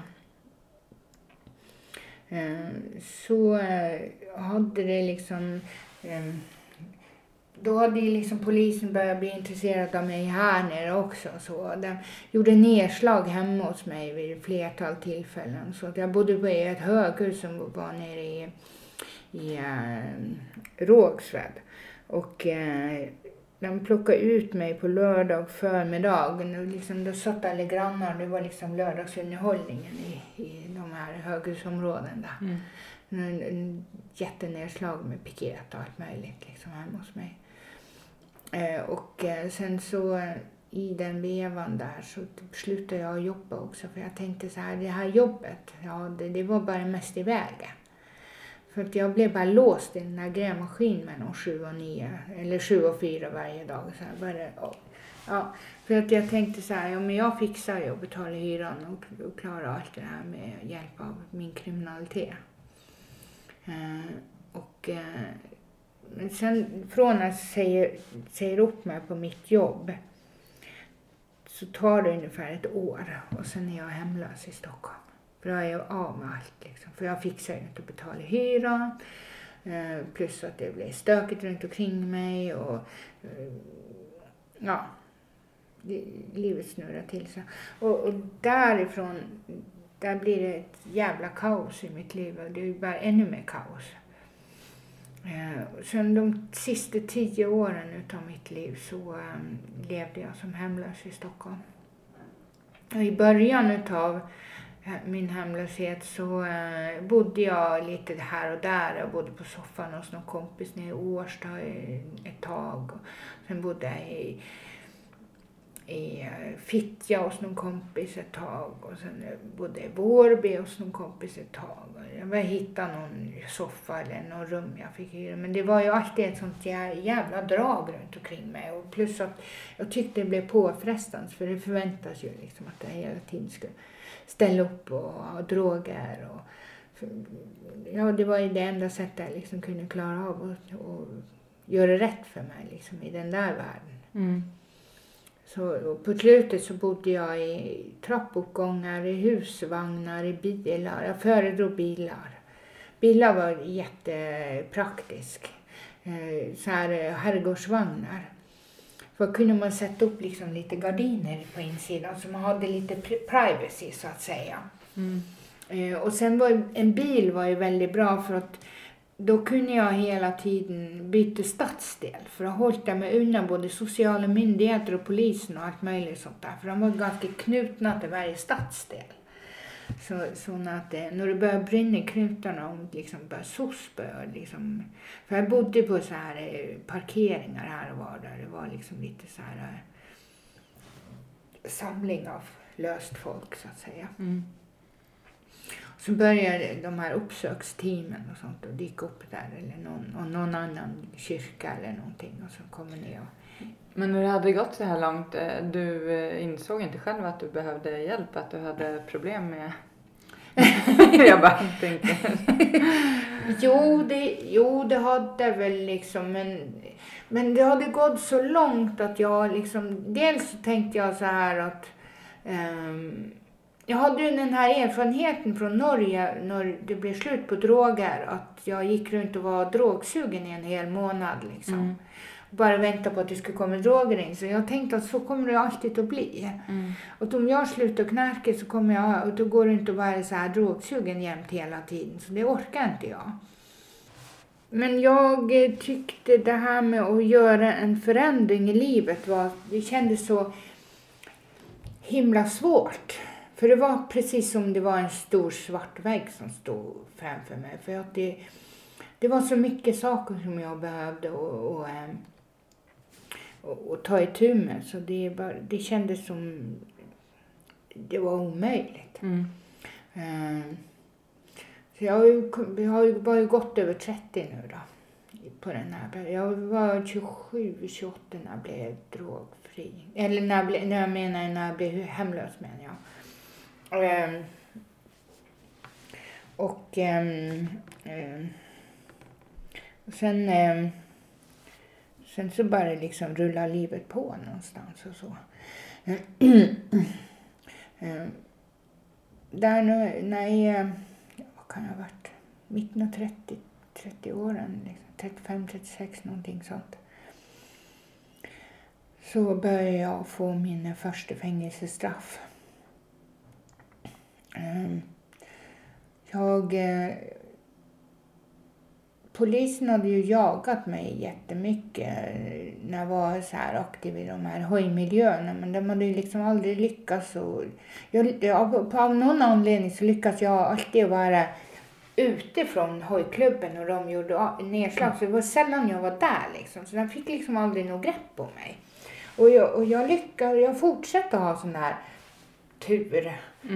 Så hade det liksom... Då hade ju liksom polisen börjat bli intresserad av mig här nere också. Så de gjorde nedslag hemma hos mig vid ett flertal tillfällen. Så att jag bodde på ett höghus som var nere i Rågsved. Och de plockade ut mig på lördag förmiddag. Och liksom, då satt alla grannar. Det var liksom lördagsunderhållningen i de här höghusområdena. En jättenedslag med piket och allt möjligt liksom hemma hos mig. Och sen så i den vevan där så slutade jag jobba också. För jag tänkte så här, det här jobbet, det var bara mest i vägen. För att jag blev bara låst i den här grävmaskinen mellan 7 och 9. Eller 7 och 4 varje dag. Så här, ja, för att jag tänkte så här, men jag fixar ju och betalar hyran och klarar allt det här med hjälp av min kriminalitet. Men sen från att säger upp mig på mitt jobb så tar det ungefär ett år och sen är jag hemlös i Stockholm. För då är jag av med allt liksom. För jag fixar ju inte att betala hyran. Plus att det blir stökigt runt omkring mig och ja, livet snurrar till sig. Och därifrån, där blir det ett jävla kaos i mitt liv och det är bara ännu mer kaos. Sen de sista 10 åren utav mitt liv så levde jag som hemlös i Stockholm. Och i början utav min hemlöshet så bodde jag lite här och där. Jag bodde på soffan hos någon kompis nere i Årsta ett tag. Och sen bodde jag i Fittja hos någon kompis ett tag. Och sen bodde jag i Vårby hos någon kompis ett tag. Jag började hitta någon soffa eller någon rum jag fick hyra. Men det var ju alltid ett sånt jävla drag runt omkring mig. Och plus att jag tyckte det blev påfrestande. För det förväntas ju liksom att jag hela tiden skulle ställa upp och ha droger. Och, ja, det var ju det enda sättet jag liksom kunde klara av och göra rätt för mig liksom, i den där världen. Så på slutet så bodde jag i trappuppgångar, i husvagnar, i bilar. Jag föredrog bilar. Bilar var jättepraktisk. Så här herrgårdsvagnar. För kunde man sätta upp liksom lite gardiner på insidan så man hade lite privacy så att säga. Och sen var en bil var ju väldigt bra för att då kunde jag hela tiden byta stadsdel för att hålla mig undan både sociala myndigheter och polisen och allt möjligt sånt där. För de var ganska knutna till varje stadsdel. Så att när det började brinna i knutarna och liksom började liksom, för jag bodde på så här parkeringar här och var där det var liksom lite så här samling av löst folk så att säga. Så började de här uppsöksteamen och sånt och dyka upp där eller någon annan kyrka eller någonting och så kommer ni och... Men när det hade gått så här långt, du insåg inte själv att du behövde hjälp, att du hade problem med... Jag bara tänkte... Jo, det hade väl liksom, men det hade gått så långt att jag liksom, dels så tänkte jag så här att jag hade ju den här erfarenheten från Norge när det blev slut på droger, att jag gick runt och var drogsugen i en hel månad liksom. Bara vänta på att det skulle komma droger in. Så jag tänkte att så kommer det alltid att bli. Och om jag slutar knarka så kommer jag, och då går det inte att vara så här drogsugen jämt hela tiden. Så det orkar inte jag. Men jag tyckte det här med att göra en förändring i livet det kändes så himla svårt. För det var precis som det var en stor svart vägg som stod framför mig. För att det var så mycket saker som jag behövde och ta itu med. Så det kändes som det var omöjligt. Så jag har ju gått över 30 nu då. På den här. Jag var 27-28 när jag blev drogfri. Eller när jag blev hemlös menar jag. Och sen så bara liksom rulla livet på någonstans och så. Där nu, när vad kan jag ha varit? Mitten av 30 åren, liksom, 35-36 någonting sånt. Så började jag få mina första fängelsestraff. Polisen hade ju jagat mig jättemycket när jag var så här aktiv i de här hojmiljöerna. Men de hade ju liksom aldrig lyckats. Av någon anledning så lyckades jag alltid vara ute från hojklubben och de gjorde nedslag. Så det var sällan jag var där liksom. Så de fick liksom aldrig något grepp på mig. Och jag fortsatte ha sån här tur.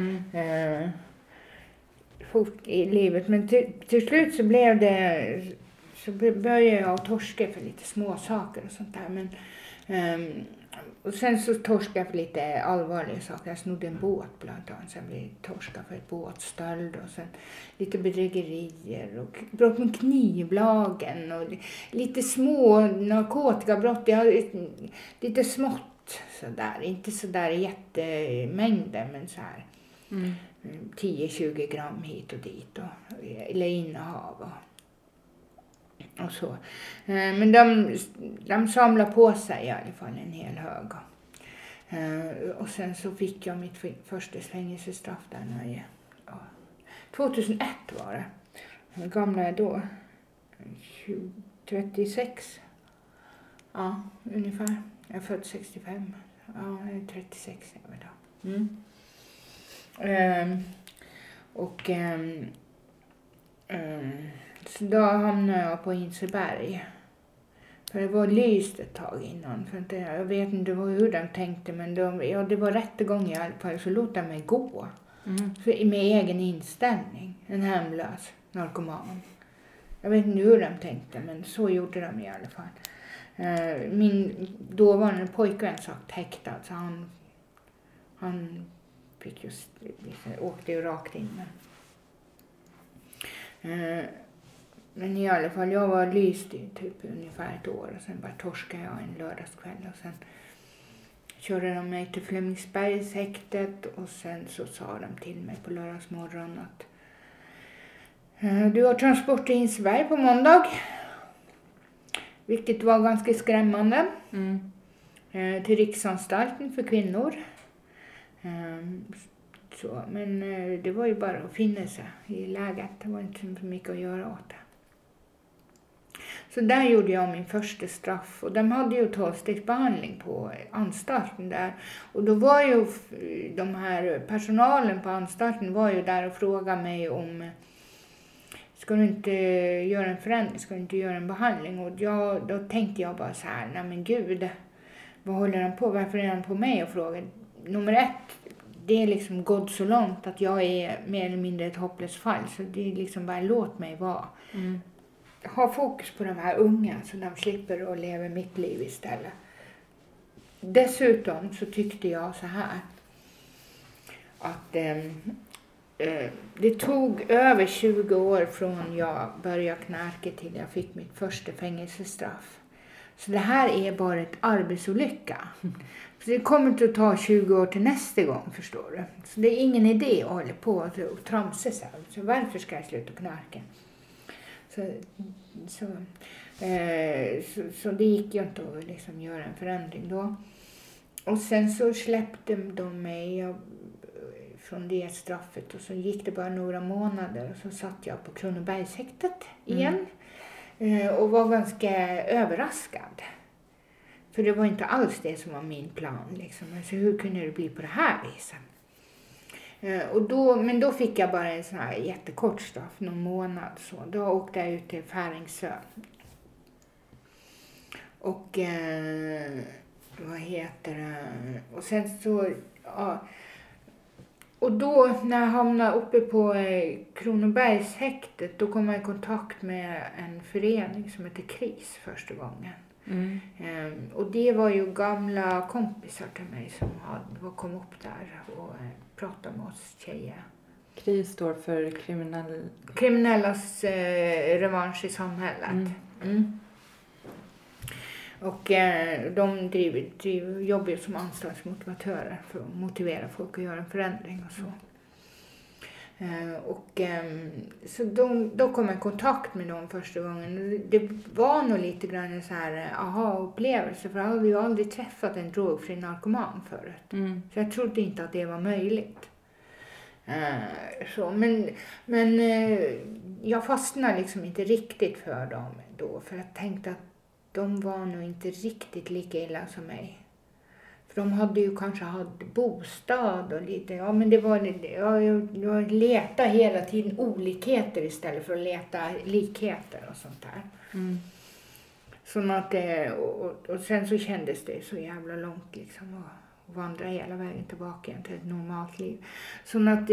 I livet, men till slut så började jag torska för lite små saker och sånt där, men och sen så torskade jag för lite allvarliga saker. Jag snodde en båt bland annat, sen blev jag torskad för ett båtstöld och sen lite bedrägerier och brott med knivlagen och lite små narkotikabrott. Jag hade lite smått sådär, inte sådär jättemängder men så här. 10-20 gram hit och dit eller innehav och så. Men de samlade på sig i alla fall en hel hög. Och sen så fick jag mitt första fängelsestraff där när 2001 var det. Hur gamla är jag då? 36. Ja, ungefär. Jag är född 65. Ja, jag är 36 är jag då. Så då hamnade jag på Inseberg. För det var lyst ett tag innan. För jag vet inte hur de tänkte, men det var rättegång i alla fall. Så låt mig gå. För, med egen inställning. En hemlös narkoman. Jag vet inte hur de tänkte, men så gjorde de i alla fall. Min dåvarande pojkvän satt häktad, så han fick just, åkte ju rakt in. Men i alla fall, jag var lyst i typ ungefär ett år och sen bara torskade jag en lördagskväll och sen körde de mig till Flemingsbergshäktet och sen så sa de till mig på lördagsmorgon att du har transport till Hinseberg på måndag. Vilket var ganska skrämmande. Till Riksanstalten för kvinnor. Så, men det var ju bara att finna sig i läget. Det var inte så mycket att göra åt det. Så där gjorde jag min första straff. Och de hade ju 12-stegsbehandling på anstalten där. Och då var ju de här personalen på anstalten var ju där och frågade mig om ska du inte göra en förändring, ska du inte göra en behandling? Och då tänkte jag bara så här, nej men gud, vad håller han på? Varför är han på mig och frågar? Nummer 1, det är liksom gått så långt att jag är mer eller mindre ett hopplöst fall. Så det är liksom bara låt mig vara. Ha fokus på de här unga så de slipper att leva mitt liv istället. Dessutom så tyckte jag så här att det tog över 20 år från jag började knarka till jag fick mitt första fängelsestraff. Så det här är bara ett arbetsolycka. Så det kommer inte att ta 20 år till nästa gång, förstår du. Så det är ingen idé att hålla på och tramsa sig. Så varför ska jag sluta knarka? Så det gick ju inte att liksom göra en förändring då. Och sen så släppte de mig från det straffet och så gick det bara några månader och så satt jag på Kronobergshäktet igen och var ganska överraskad. För det var inte alls det som var min plan liksom. Alltså, hur kunde det bli på det här viset? Men då fick jag bara en sån här jättekort straff, någon månad så. Då åkte jag ut till Färingsö. Och vad heter det? Och sen så, ja. Och då när jag hamnade uppe på Kronobergshäktet, då kom jag i kontakt med en förening som heter KRIS första gången. Och det var ju gamla kompisar till mig som kom upp där och pratade med oss tjejer. KRIS står för kriminellas revansch i samhället. Och de jobbar ju som anstaltsmotivatörer för att motivera folk att göra en förändring och så. Så då kom jag i kontakt med dem första gången. Det var nog lite grann en så här aha-upplevelse, för jag hade ju aldrig träffat en drogfri narkoman förut. Så jag trodde inte att det var möjligt. Men jag fastnade liksom inte riktigt för dem då, för jag tänkte att de var nog inte riktigt lika illa som mig. För de hade ju kanske haft bostad och lite, ja men det var jag letade hela tiden olikheter istället för att leta likheter och sånt där. Så att och sen så kändes det så jävla långt liksom att vandra hela vägen tillbaka till ett normalt liv. Så att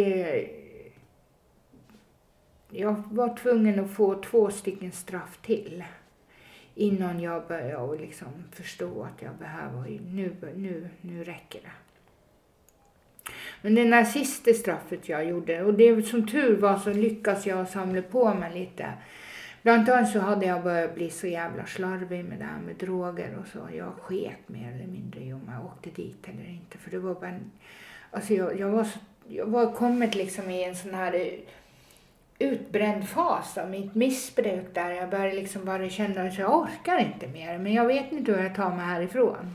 jag var tvungen att få 2 stycken straff till. Innan jag började liksom förstå att jag behöver, nu räcker det. Men det där sista straffet jag gjorde, och det som tur var så lyckas jag samla på mig lite. Bland annat så hade jag börjat bli så jävla slarvig med det här med droger och så. Jag sket mer eller mindre i om jag åkte dit eller inte. För det var bara alltså jag var kommit liksom i en sån här utbränd fas av mitt missbruk där jag började liksom bara känna att jag orkar inte mer, men jag vet inte hur jag tar mig härifrån.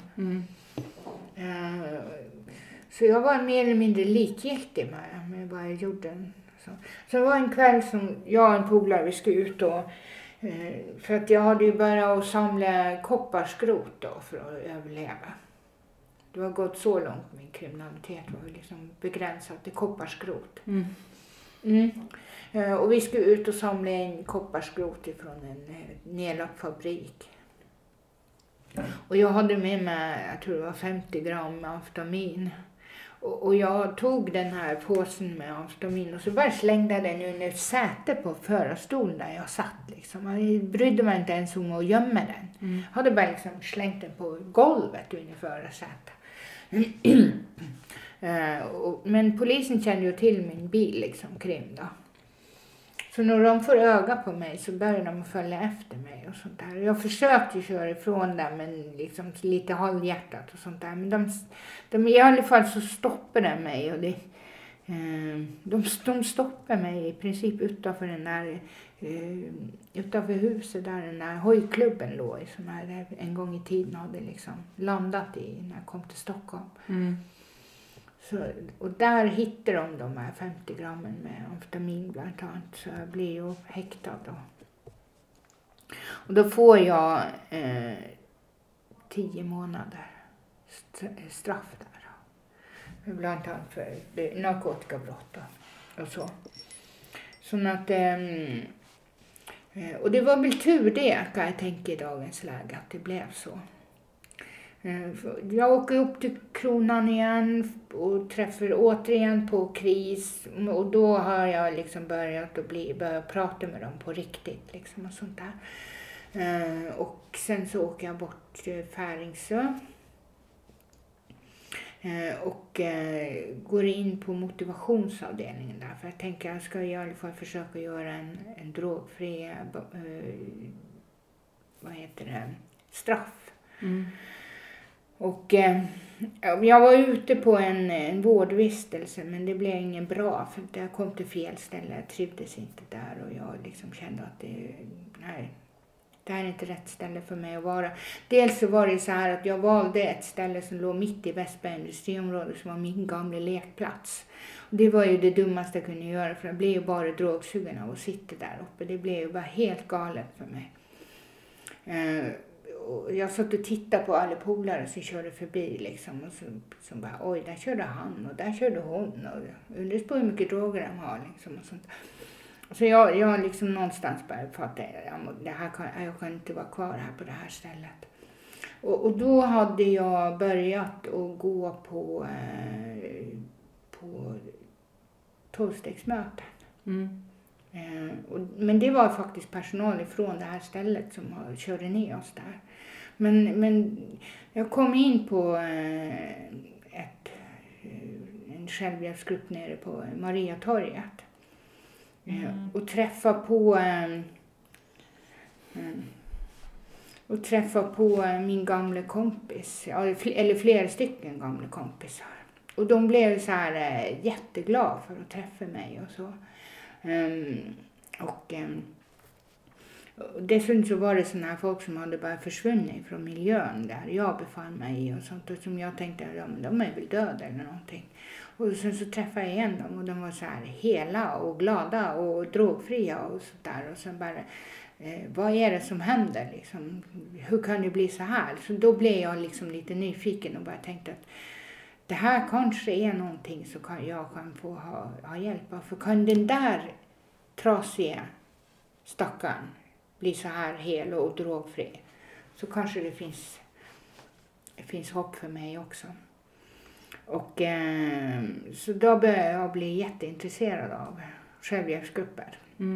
Så jag var mer eller mindre likgiltig med vad jag gjorde. Så det var en kväll som jag och en polare vi skulle ut och för att jag hade ju börjat att samla kopparskrot då för att överleva. Det var gått så långt, min kriminalitet var ju liksom begränsat till kopparskrot. Och vi skulle ut och samla in kopparskrot ifrån en nedlagd fabrik. Och jag hade med mig, jag tror det var 50 gram amfetamin. Och jag tog den här påsen med amfetamin och så bara slängde den under ett säte på förarstolen där jag satt. Liksom. Jag brydde mig inte ens om att gömma den. Jag hade bara liksom slängt den på golvet under förarsätet. Men polisen kände ju till min bil liksom, kring då. Så när de får öga på mig så börjar de följa efter mig och sånt där. Jag försökte köra ifrån dem, men liksom lite halvhjärtat och sånt där. Men de i alla fall så stoppar de mig, och de stoppar mig i princip utanför den där utanför huset där den där hojklubben låg i, som jag en gång i tiden hade liksom landat i när jag kom till Stockholm. Så, och där hittar de här 50 grammen med amfetamin bland annat, så jag blir ju häktad då. Och då får jag 10 månader straff där då. Bland annat för narkotikabrott och så. Så att, och det var väl tur det, kan jag tänka i dagens läge, att det blev så. Jag åker upp till Kronan igen och träffar återigen på KRIS, och då har jag liksom börjat prata med dem på riktigt liksom och sånt där. Och sen så åker jag bort till Färingsö och går in på motivationsavdelningen där, för jag tänker jag ska i alla fall försöka göra en drogfri straff. Och jag var ute på en vårdvistelse, men det blev ingen bra, för jag kom till fel ställe. Jag trivdes inte där, och jag liksom kände att det här är inte rätt ställe för mig att vara. Dels så var det så här att jag valde ett ställe som låg mitt i Västberga industriområde, som var min gamla lekplats. Och det var ju det dummaste jag kunde göra, för det blev ju bara drogsugen av att sitta där uppe. Det blev ju bara helt galet för mig. Och jag satt och tittade på alla polare som körde förbi liksom, och så bara, oj, där körde han och där körde hon, och undrar på hur mycket droger de har liksom, och sånt. Så jag liksom någonstans började fatta, jag kan inte vara kvar här på det här stället. Och då hade jag börjat att gå på 12-stegsmöten. Men det var faktiskt personal ifrån det här stället som körde ner oss där. Men jag kom in på en självhjälpsgrupp nere på Mariatorget. Och träffa på min gamla kompis, eller flera stycken gamla kompisar. Och de blev så här jätteglada för att träffa mig och så. Och dessutom så var det såna här folk som hade bara försvunnit från miljön där jag befann mig i och sånt, och som jag tänkte, ja, men de är väl döda eller någonting. Och sen så träffade jag igen dem, och de var så här hela och glada och drogfria och så där, och sen bara vad är det som händer liksom? Hur kan det bli så här? Så då blev jag liksom lite nyfiken och bara tänkte att det här kanske är någonting så jag kan få ha hjälp av. För kan den där trasiga stackaren bli så här hel och drogfri, så kanske det finns hopp för mig också. Och så då började jag bli jätteintresserad av självhjälpsgrupper.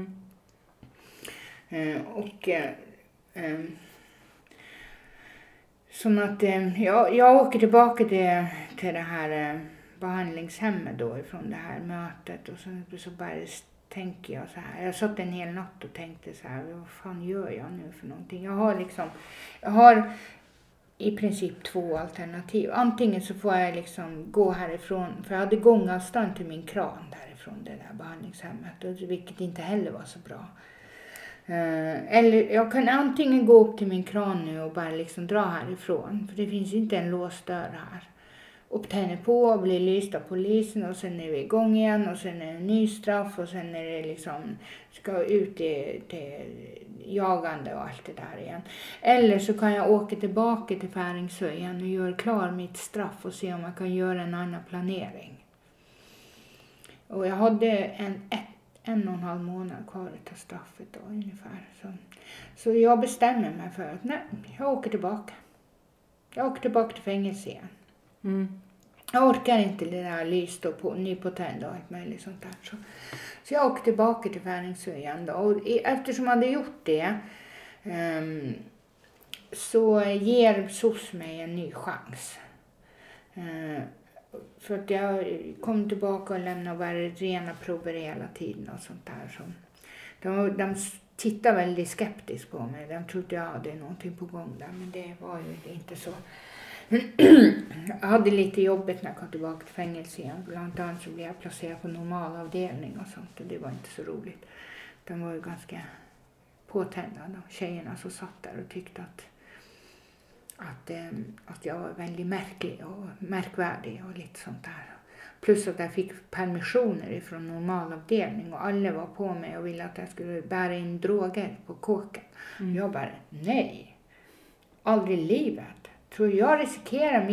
Så att jag åker tillbaka till det här behandlingshemmet då ifrån det här mötet, och så bara tänker jag så här. Jag satt en hel natt och tänkte så här, vad fan gör jag nu för någonting? Jag har i princip 2 alternativ. Antingen så får jag liksom gå härifrån, för jag hade gångavstånd till min kran därifrån det där behandlingshemmet, vilket inte heller var så bra. Eller jag kan antingen gå upp till min kran nu och bara liksom dra härifrån, för det finns inte en låst dörr här. Och tänder på och blir lyst av polisen, och sen är vi igång igen, och sen är det en ny straff, och sen är det liksom ska ut till jagande och allt det där igen. Eller så kan jag åka tillbaka till Färingsö igen och göra klar mitt straff och se om jag kan göra en annan planering. Och jag hade en och en halv månad kvar till straffet då ungefär. Så jag bestämmer mig för att nej, jag åker tillbaka. Jag åker tillbaka till fängelse igen. Jag orkar inte det där lyst och på nypotend och allt möjligt sånt där. Så jag åker tillbaka till Färingsö igen då. Och eftersom jag hade gjort det så ger SOS mig en ny chans. För att jag kom tillbaka och lämnade bara rena prover hela tiden och sånt där. De tittade väldigt skeptiskt på mig. De trodde jag hade någonting på gång där, men det var ju inte så. Jag hade lite jobbigt när jag kom tillbaka till fängelse igen. Bland annat så blev jag placerad på normalavdelning och sånt, och det var inte så roligt. De var ju ganska påtända, de tjejerna som satt där och tyckte att jag var väldigt märklig och märkvärdig och lite sånt där. Plus att jag fick permissioner ifrån normalavdelning och alla var på mig och ville att jag skulle bära in droger på kåken. Jag bara, nej, aldrig i livet. Tror jag riskerar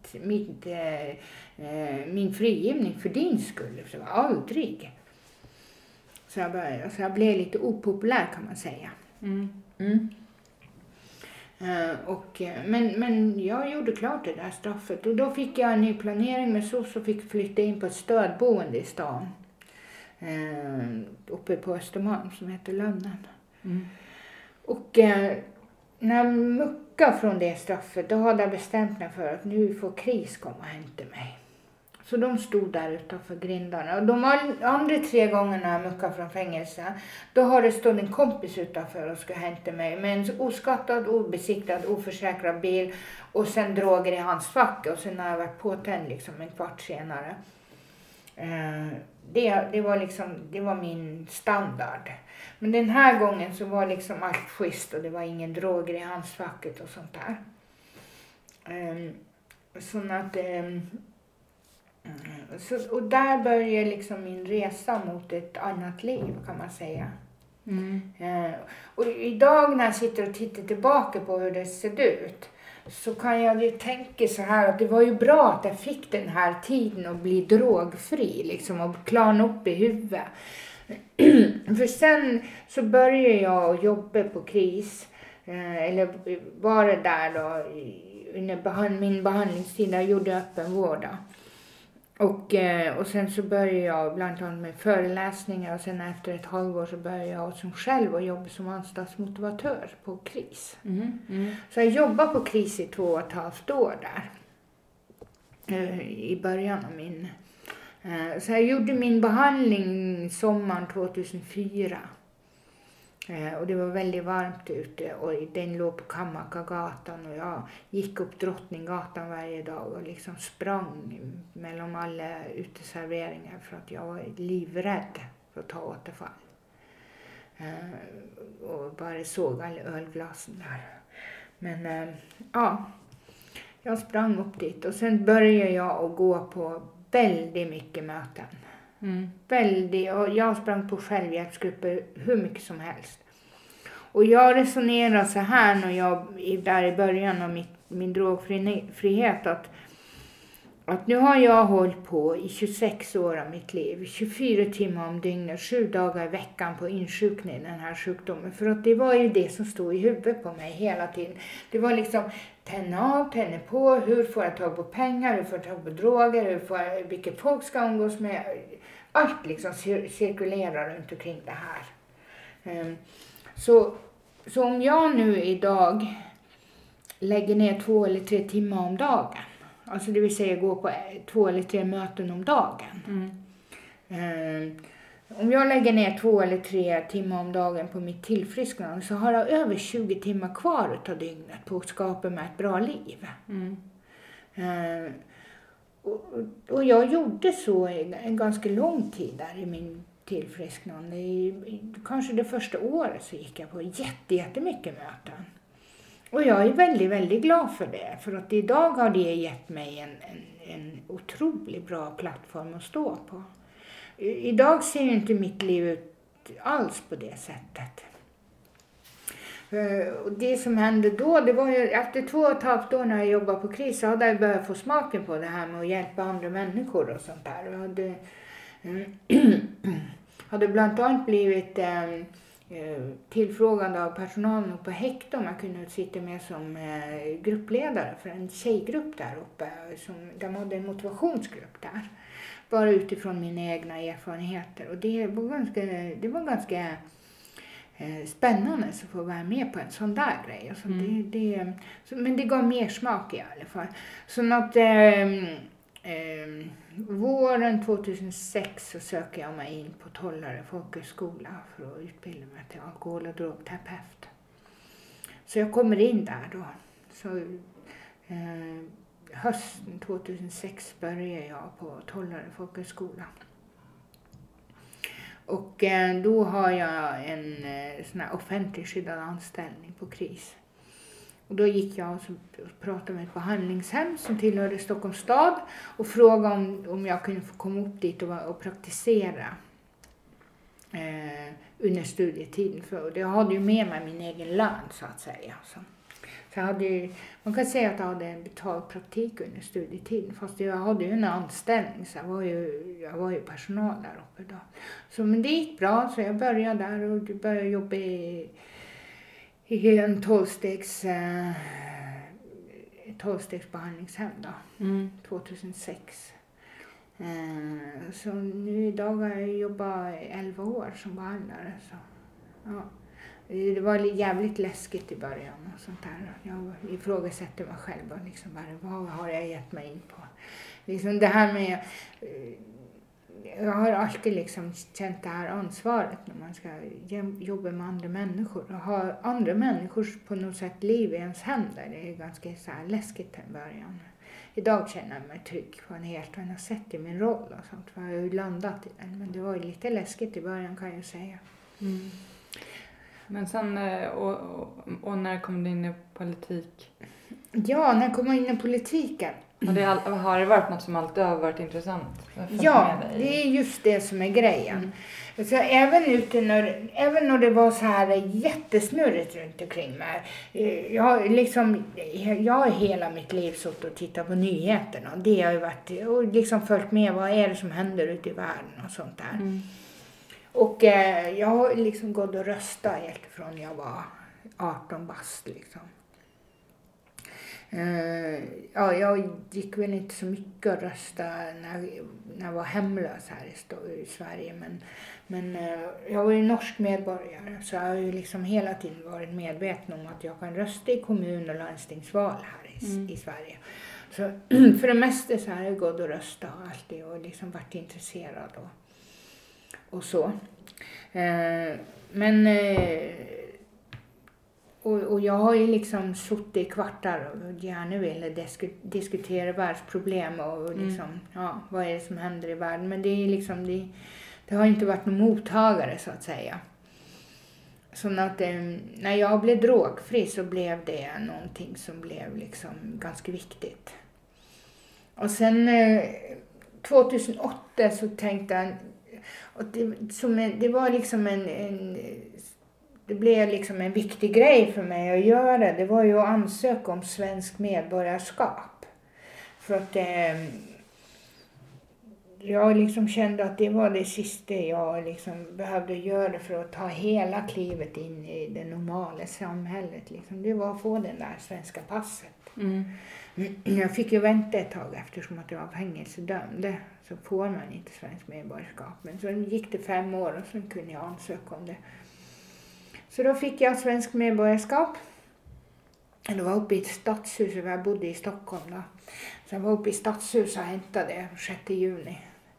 min frigivning för din skull? Så aldrig. Så jag blev lite opopulär, kan man säga. Men jag gjorde klart det där straffet. Och då fick jag en ny planering med så fick flytta in på ett stödboende i stan. Uppe på Östermalm som heter Lönnen. Och när jag muckade från det straffet, då hade jag bestämt mig för att nu får KRIS komma och hämta mig. Så de stod där utanför grindarna. Och de andra 3 gångerna jag muckade från fängelse, då har det stått en kompis utanför och ska hämta mig med en oskattad, obesiktad, oförsäkrad bil och sen droger i hans fack. Och sen har jag varit påtänd liksom en kvart senare. Det var min standard. Men den här gången så var liksom allt schysst och det var ingen droger i hans facket och sånt där. Och där började liksom min resa mot ett annat liv, kan man säga. Och idag när jag sitter och tittar tillbaka på hur det ser ut, så kan jag ju tänka så här att det var ju bra att jag fick den här tiden att bli drogfri liksom, och klarna upp i huvudet. För sen så började jag jobba på KRIS, eller var det där då under min behandlingstid, jag gjorde öppenvård. Och sen så började jag bland annat med föreläsningar och sen efter ett halvår så började jag som själv jobba som anstaltsmotivatör på KRIS. Så jag jobbade på KRIS i 2,5 år där. I början av min. Så jag gjorde min behandling sommaren 2004. Och det var väldigt varmt ute och den låg på Kammarkagatan och jag gick upp Drottninggatan varje dag och liksom sprang mellan alla uteserveringar för att jag var livrädd för att ta återfall. Och bara såg alla ölglasen där. Men jag sprang upp dit och sen började jag att gå på väldigt mycket möten. Och jag sprang på självhjälpsgrupper hur mycket som helst. Och jag resonerar så här när jag där i början av min drogfrihet att nu har jag hållit på i 26 år av mitt liv, 24 timmar om dygnet, 7 dagar i veckan på insjukning i den här sjukdomen. För att det var ju det som stod i huvudet på mig hela tiden. Det var liksom tända av, tända på, hur får jag tag på pengar, hur får jag tag på droger, vilket folk ska umgås med. Allt liksom cirkulerar runt omkring det här. Så om jag nu idag lägger ner 2 eller 3 timmar om dagen, alltså det vill säga gå på 2 eller 3 möten om dagen. Om jag lägger ner 2 eller 3 timmar om dagen på mitt tillfrisknande så har jag över 20 timmar kvar av dygnet på att skapa mig ett bra liv. Och jag gjorde så en ganska lång tid där i min tillfrisknande. Kanske det första året så gick jag på jättemycket möten. Och jag är väldigt, väldigt glad för det. För att idag har det gett mig en otroligt bra plattform att stå på. Idag ser ju inte mitt liv ut alls på det sättet. Och det som hände då, det var ju efter 2,5 år när jag jobbade på KRIS så hade jag börjat få smaken på det här med att hjälpa andra människor och sånt där. Jag hade bland annat blivit tillfrågande av personalen på häkte om jag kunde sitta med som gruppledare för en tjejgrupp där uppe. De hade en motivationsgrupp där. Bara utifrån mina egna erfarenheter. Och det var ganska spännande att få vara med på en sån där grej. Alltså men det gav mer smak i alla fall. Så att Våren 2006 så söker jag mig in på Tollare folkhögskola för att utbilda mig till alkohol- och drogterapeut. Så jag kommer in där då. Så hösten 2006 började jag på Tollare folkhögskola. Och då har jag en sån här offentlig skyddad anställning på KRIS. Och då gick jag och pratade med ett behandlingshem som tillhörde Stockholms stad och frågade om jag kunde få komma upp dit och praktisera under studietiden. För jag hade ju med mig min egen lön så att säga. Så jag hade ju, man kan säga att jag hade en betald praktik under studietiden. Fast jag hade ju en anställning så jag var ju personal där uppe då. Så men det gick bra så jag började där och började jobba i en 12-stegs behandlingshem då, 2006. Så nu idag har jag jobbat 11 år som behandlare. Så, ja. Det var jävligt läskigt i början och sånt där. Jag ifrågasätter mig själv och liksom bara, vad har jag gett mig in på? Liksom det här med... Jag har alltid liksom känt det här ansvaret när man ska jobba med andra människor. Och ha andra människors på något sätt liv i ens händer. Det är ganska så här läskigt i början. Idag känner jag mig trygg på en helt annan sätt i min roll och sånt. För jag har ju landat i den. Men det var ju lite läskigt i början kan jag säga. Mm. Men sen, och när kom du in i politik? Ja, när kom jag in i politiken? Har det varit något som alltid har varit intressant? Ja, det är just det som är grejen. Så även när det var så här jättesnurrigt runt omkring mig. Jag har hela mitt liv suttit och tittat på nyheterna. Det har ju varit, och liksom följt med vad är det som händer ute i världen och sånt där. Mm. Och jag har liksom gått och röstat helt från jag var 18 bast liksom. Jag gick väl inte så mycket att rösta när jag var hemlös här i Sverige. Men jag var ju norsk medborgare så jag har ju liksom hela tiden varit medveten om att jag kan rösta i kommun- och landstingsval här i Sverige. Så för det mesta så har jag gått och röstat alltid och liksom varit intresserad och så. Och jag har ju liksom suttit i kvartar och gärna ville diskutera världsproblem och liksom, vad är det som händer i världen. Men det är liksom, det har inte varit någon mottagare så att säga. Så att när jag blev drogfri så blev det någonting som blev liksom ganska viktigt. Och sen 2008 så tänkte jag, och det var liksom det blev liksom en viktig grej för mig att göra. Det var ju att ansöka om svensk medborgarskap. För att jag liksom kände att det var det sista jag liksom behövde göra för att ta hela klivet in i det normala samhället. Liksom. Det var att få den där svenska passet. Mm. Jag fick ju vänta ett tag eftersom att jag var fängelsedömd. Så får man inte svensk medborgarskap. Men så gick det 5 år och så kunde jag ansöka om det. Så då fick jag svensk medborgarskap. Det var uppe i ett stadshus, jag bodde i Stockholm då. Så jag var uppe i stadshuset och hämtade det 6 juni.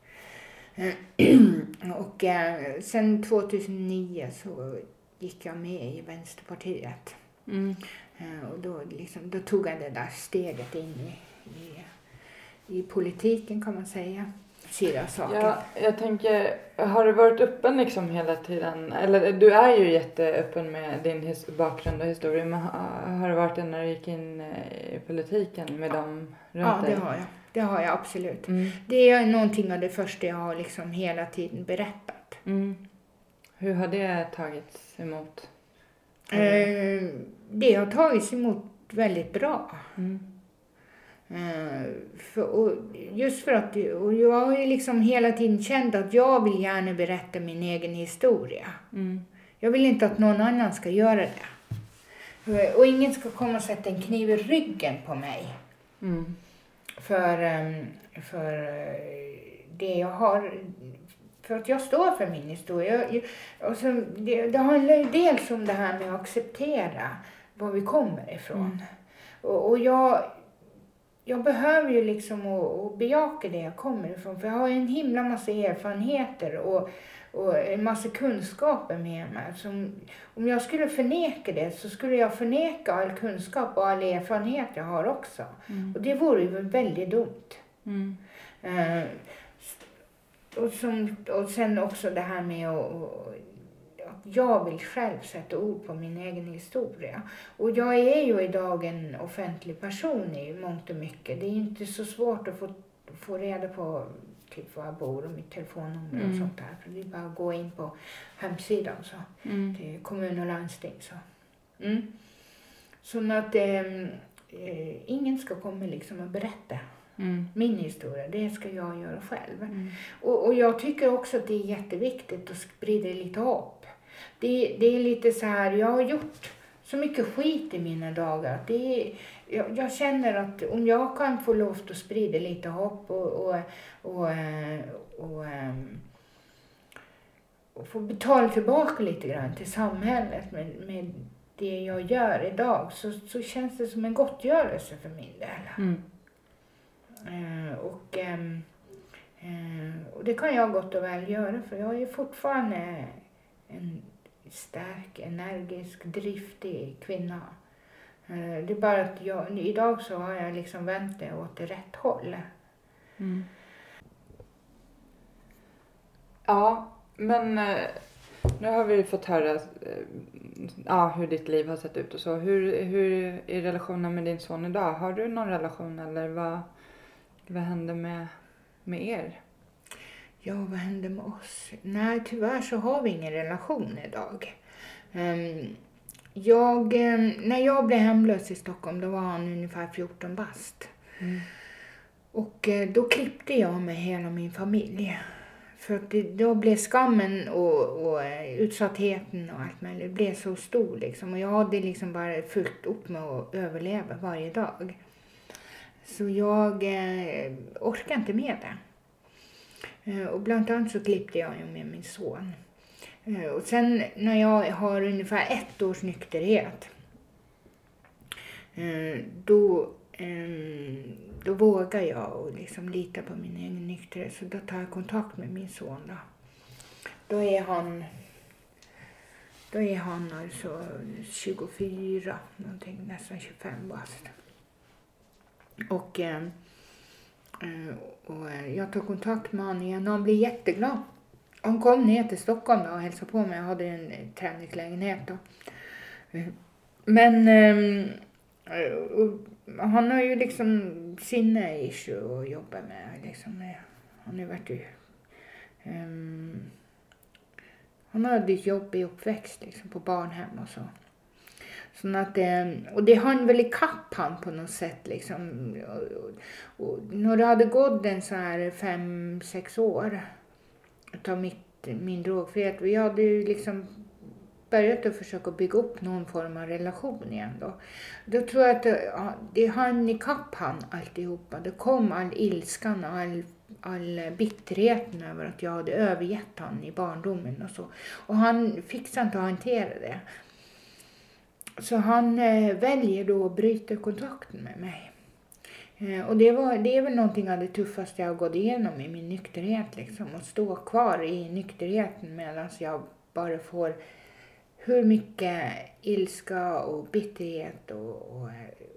Och sen 2009 så gick jag med i Vänsterpartiet. Mm. Och då tog jag det där steget in i politiken kan man säga. Ja, jag tänker, har du varit öppen liksom hela tiden? Eller du är ju jätteöppen med din bakgrund och historia. Men har det varit det när du gick in i politiken med dem runt dig? Ja, det har jag absolut. Mm. Det är någonting av det första jag har liksom hela tiden berättat. Mm. Hur har det tagits emot? Det har tagits emot väldigt bra. Mm. Just för att jag har ju liksom hela tiden känt att jag vill gärna berätta min egen historia. Mm. Jag vill inte att någon annan ska göra det. Och ingen ska komma och sätta en kniv i ryggen på mig. Mm. För det jag har, för att jag står för min historia. Det har en del som det här med att acceptera var vi kommer ifrån. Mm. Och jag behöver ju liksom att bejaka det jag kommer ifrån. För jag har en himla massa erfarenheter och en massa kunskaper med mig. Om jag skulle förneka det så skulle jag förneka all kunskap och all erfarenhet jag har också. Och det vore ju väldigt dumt. Och sen också det här med att jag vill själv sätta ord på min egen historia. Och jag är ju idag en offentlig person i mångt och mycket. Det är inte så svårt att få reda på typ var jag bor och mitt telefonnummer och sånt där. För det är bara att gå in på hemsidan så. Till kommun och landsting så. Så att ingen ska komma liksom och berätta min historia. Det ska jag göra själv. Och jag tycker också att det är jätteviktigt att sprida lite hopp. Det är lite så här, jag har gjort så mycket skit i mina dagar. Jag känner att om jag kan få lov att sprida lite hopp och få betala tillbaka lite grann till samhället med det jag gör idag så känns det som en gottgörelse för min del. Och det kan jag gott och väl göra för jag är fortfarande en stark, energisk, driftig kvinna. Det är bara att idag så har jag liksom vänt det åt det rätt håll. Ja, men nu har vi fått höra hur ditt liv har sett ut och så. Hur är relationen med din son idag? Har du någon relation eller vad händer med er? Ja, vad händer med oss? Nej, tyvärr så har vi ingen relation idag. När jag blev hemlös i Stockholm, då var han ungefär 14 bast. Och då klippte jag med hela min familj. För att då blev skammen och utsattheten och allt möjligt, det blev så stor liksom. Och jag hade liksom bara fullt upp med att överleva varje dag. Så jag orkade inte med det. Och bland annat så klippte jag ju med min son. Och sen när jag har ungefär 1 års nykterhet. Då vågar jag och liksom lita på min egen nykterhet. Så då tar jag kontakt med min son då. Då är han alltså 24, någonting, nästan 25 bast. Och jag tog kontakt med honom igen och han blev jätteglad. Han kom ner till Stockholm då och hälsade på mig. Jag hade en träningslägenhet då. Men han har ju liksom sina issue att jobba med. Liksom. Han har varit han hade ett jobb i uppväxt liksom, på barnhem och så. Så att, och det hann väl i kapp han på något sätt liksom. Och när det hade gått en så här 5-6 år utav min drogfrihet. Vi hade ju liksom börjat att försöka bygga upp någon form av relation igen då. Då tror jag att det hann i kapp han alltihopa. Det kom all ilskan och all bitterheten över att jag hade övergett han i barndomen och så. Och han fixade inte att hantera det. Så han väljer då att bryta kontakten med mig. Och det är väl någonting av det tuffaste jag har gått igenom i min nykterhet. Liksom. Att stå kvar i nykterheten medan jag bara får hur mycket ilska och bitterhet och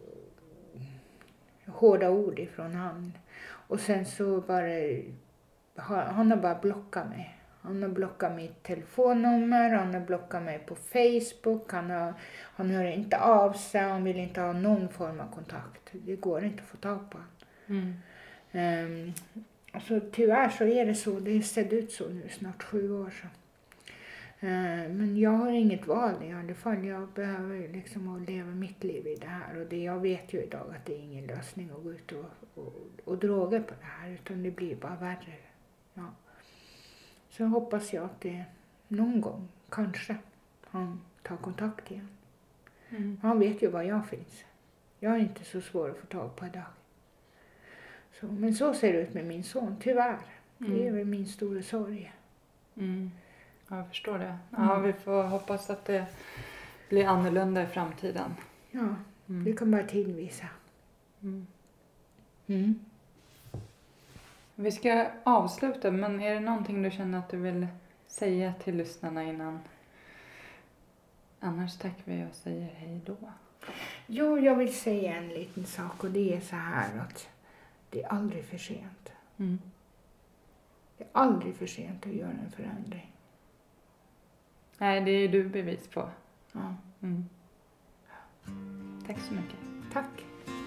hårda ord ifrån han. Och sen så han har bara blockat mig. Han har blockat mitt telefonnummer, han har blockat mig på Facebook, han hör inte av sig, han vill inte ha någon form av kontakt. Det går inte att få tag på honom. Alltså, tyvärr så är det så, det har sett ut så nu snart 7 år sedan. Men jag har inget val i alla fall, jag behöver liksom att leva mitt liv i det här. Och jag vet ju idag att det är ingen lösning att gå ut och droga på det här, utan det blir bara värre. Ja. Så hoppas jag att det någon gång, kanske, han tar kontakt igen. Han vet ju var jag finns. Jag är inte så svår att få tag på idag. Men så ser det ut med min son, tyvärr. Det är väl min stora sorg. Ja, jag förstår det. Ja, vi får hoppas att det blir annorlunda i framtiden. Ja, det kan bara tillvisa. Mm. Vi ska avsluta, men är det någonting du känner att du vill säga till lyssnarna innan? Annars tackar vi och säger hej då. Jo, jag vill säga en liten sak, och det är så här att det är aldrig för sent. Mm. Det är aldrig för sent att göra en förändring. Nej, det är du bevis på. Ja. Mm. Tack så mycket. Tack.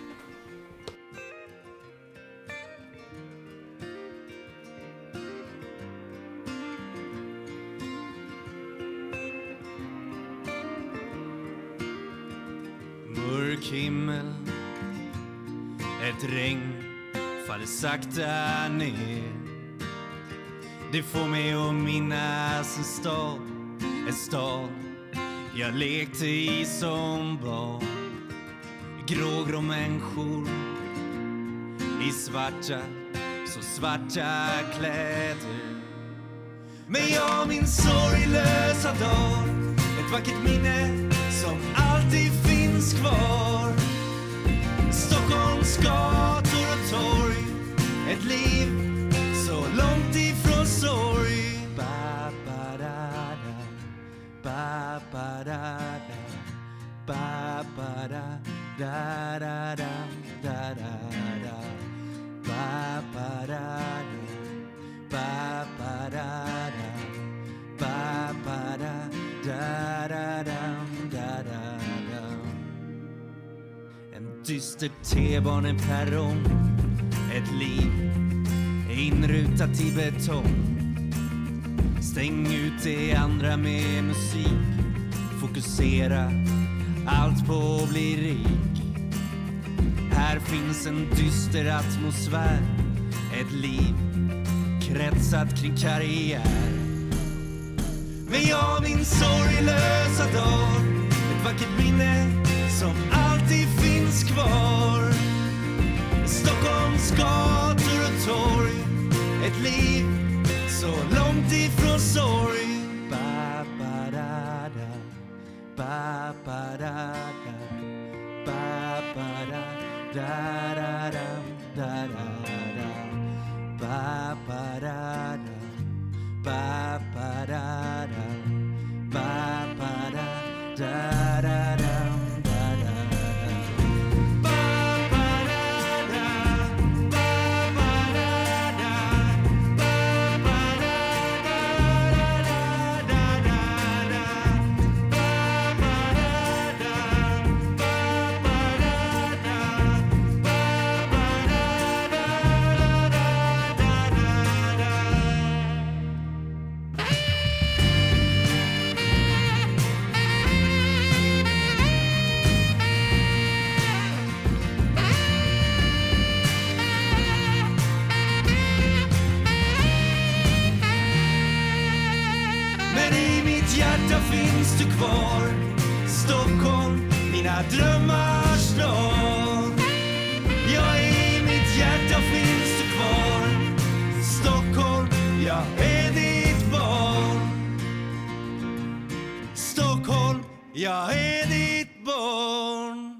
Mörk himmel, ett regn faller sakta ner. Det får mig att minnas en stad jag lekte i som barn. Grågrå människor i så svarta kläder. Men jag min sorglösa dag, ett vackert minne som alltid finns kvar. Stockholms gator och torg, ett liv så långt ifrån sorg. Ba-ba-da-da, ba-ba-da-da, ba-ba-da, da-da-da, da-da-da, ba-ba-da-da, ba-ba-da-da, ba-ba-da, da-da-da, da-da-da. En dyster T-baneperrong, ett liv inrutat i betong. Stäng ut det andra med musik, fokusera allt på att bli rik. Här finns en dyster atmosfär, ett liv kretsat kring karriär. Men jag min sorglösa dag, ett vackert minne som alltid finns kvar. Stockholms gator och torg, ett liv så långt ifrån sorg. Ba-ba-da-da, ba-ba-da-da, ba-ba-da, da-da-da, da-da-da, ba-ba-da-da, ba-ba-da-da, ba-ba-da, da-da-da. Finns du kvar, Stockholm, mina drömmars stad. Ja, i mitt hjärta finns du kvar, Stockholm, jag är ditt barn. Stockholm, jag är ditt barn.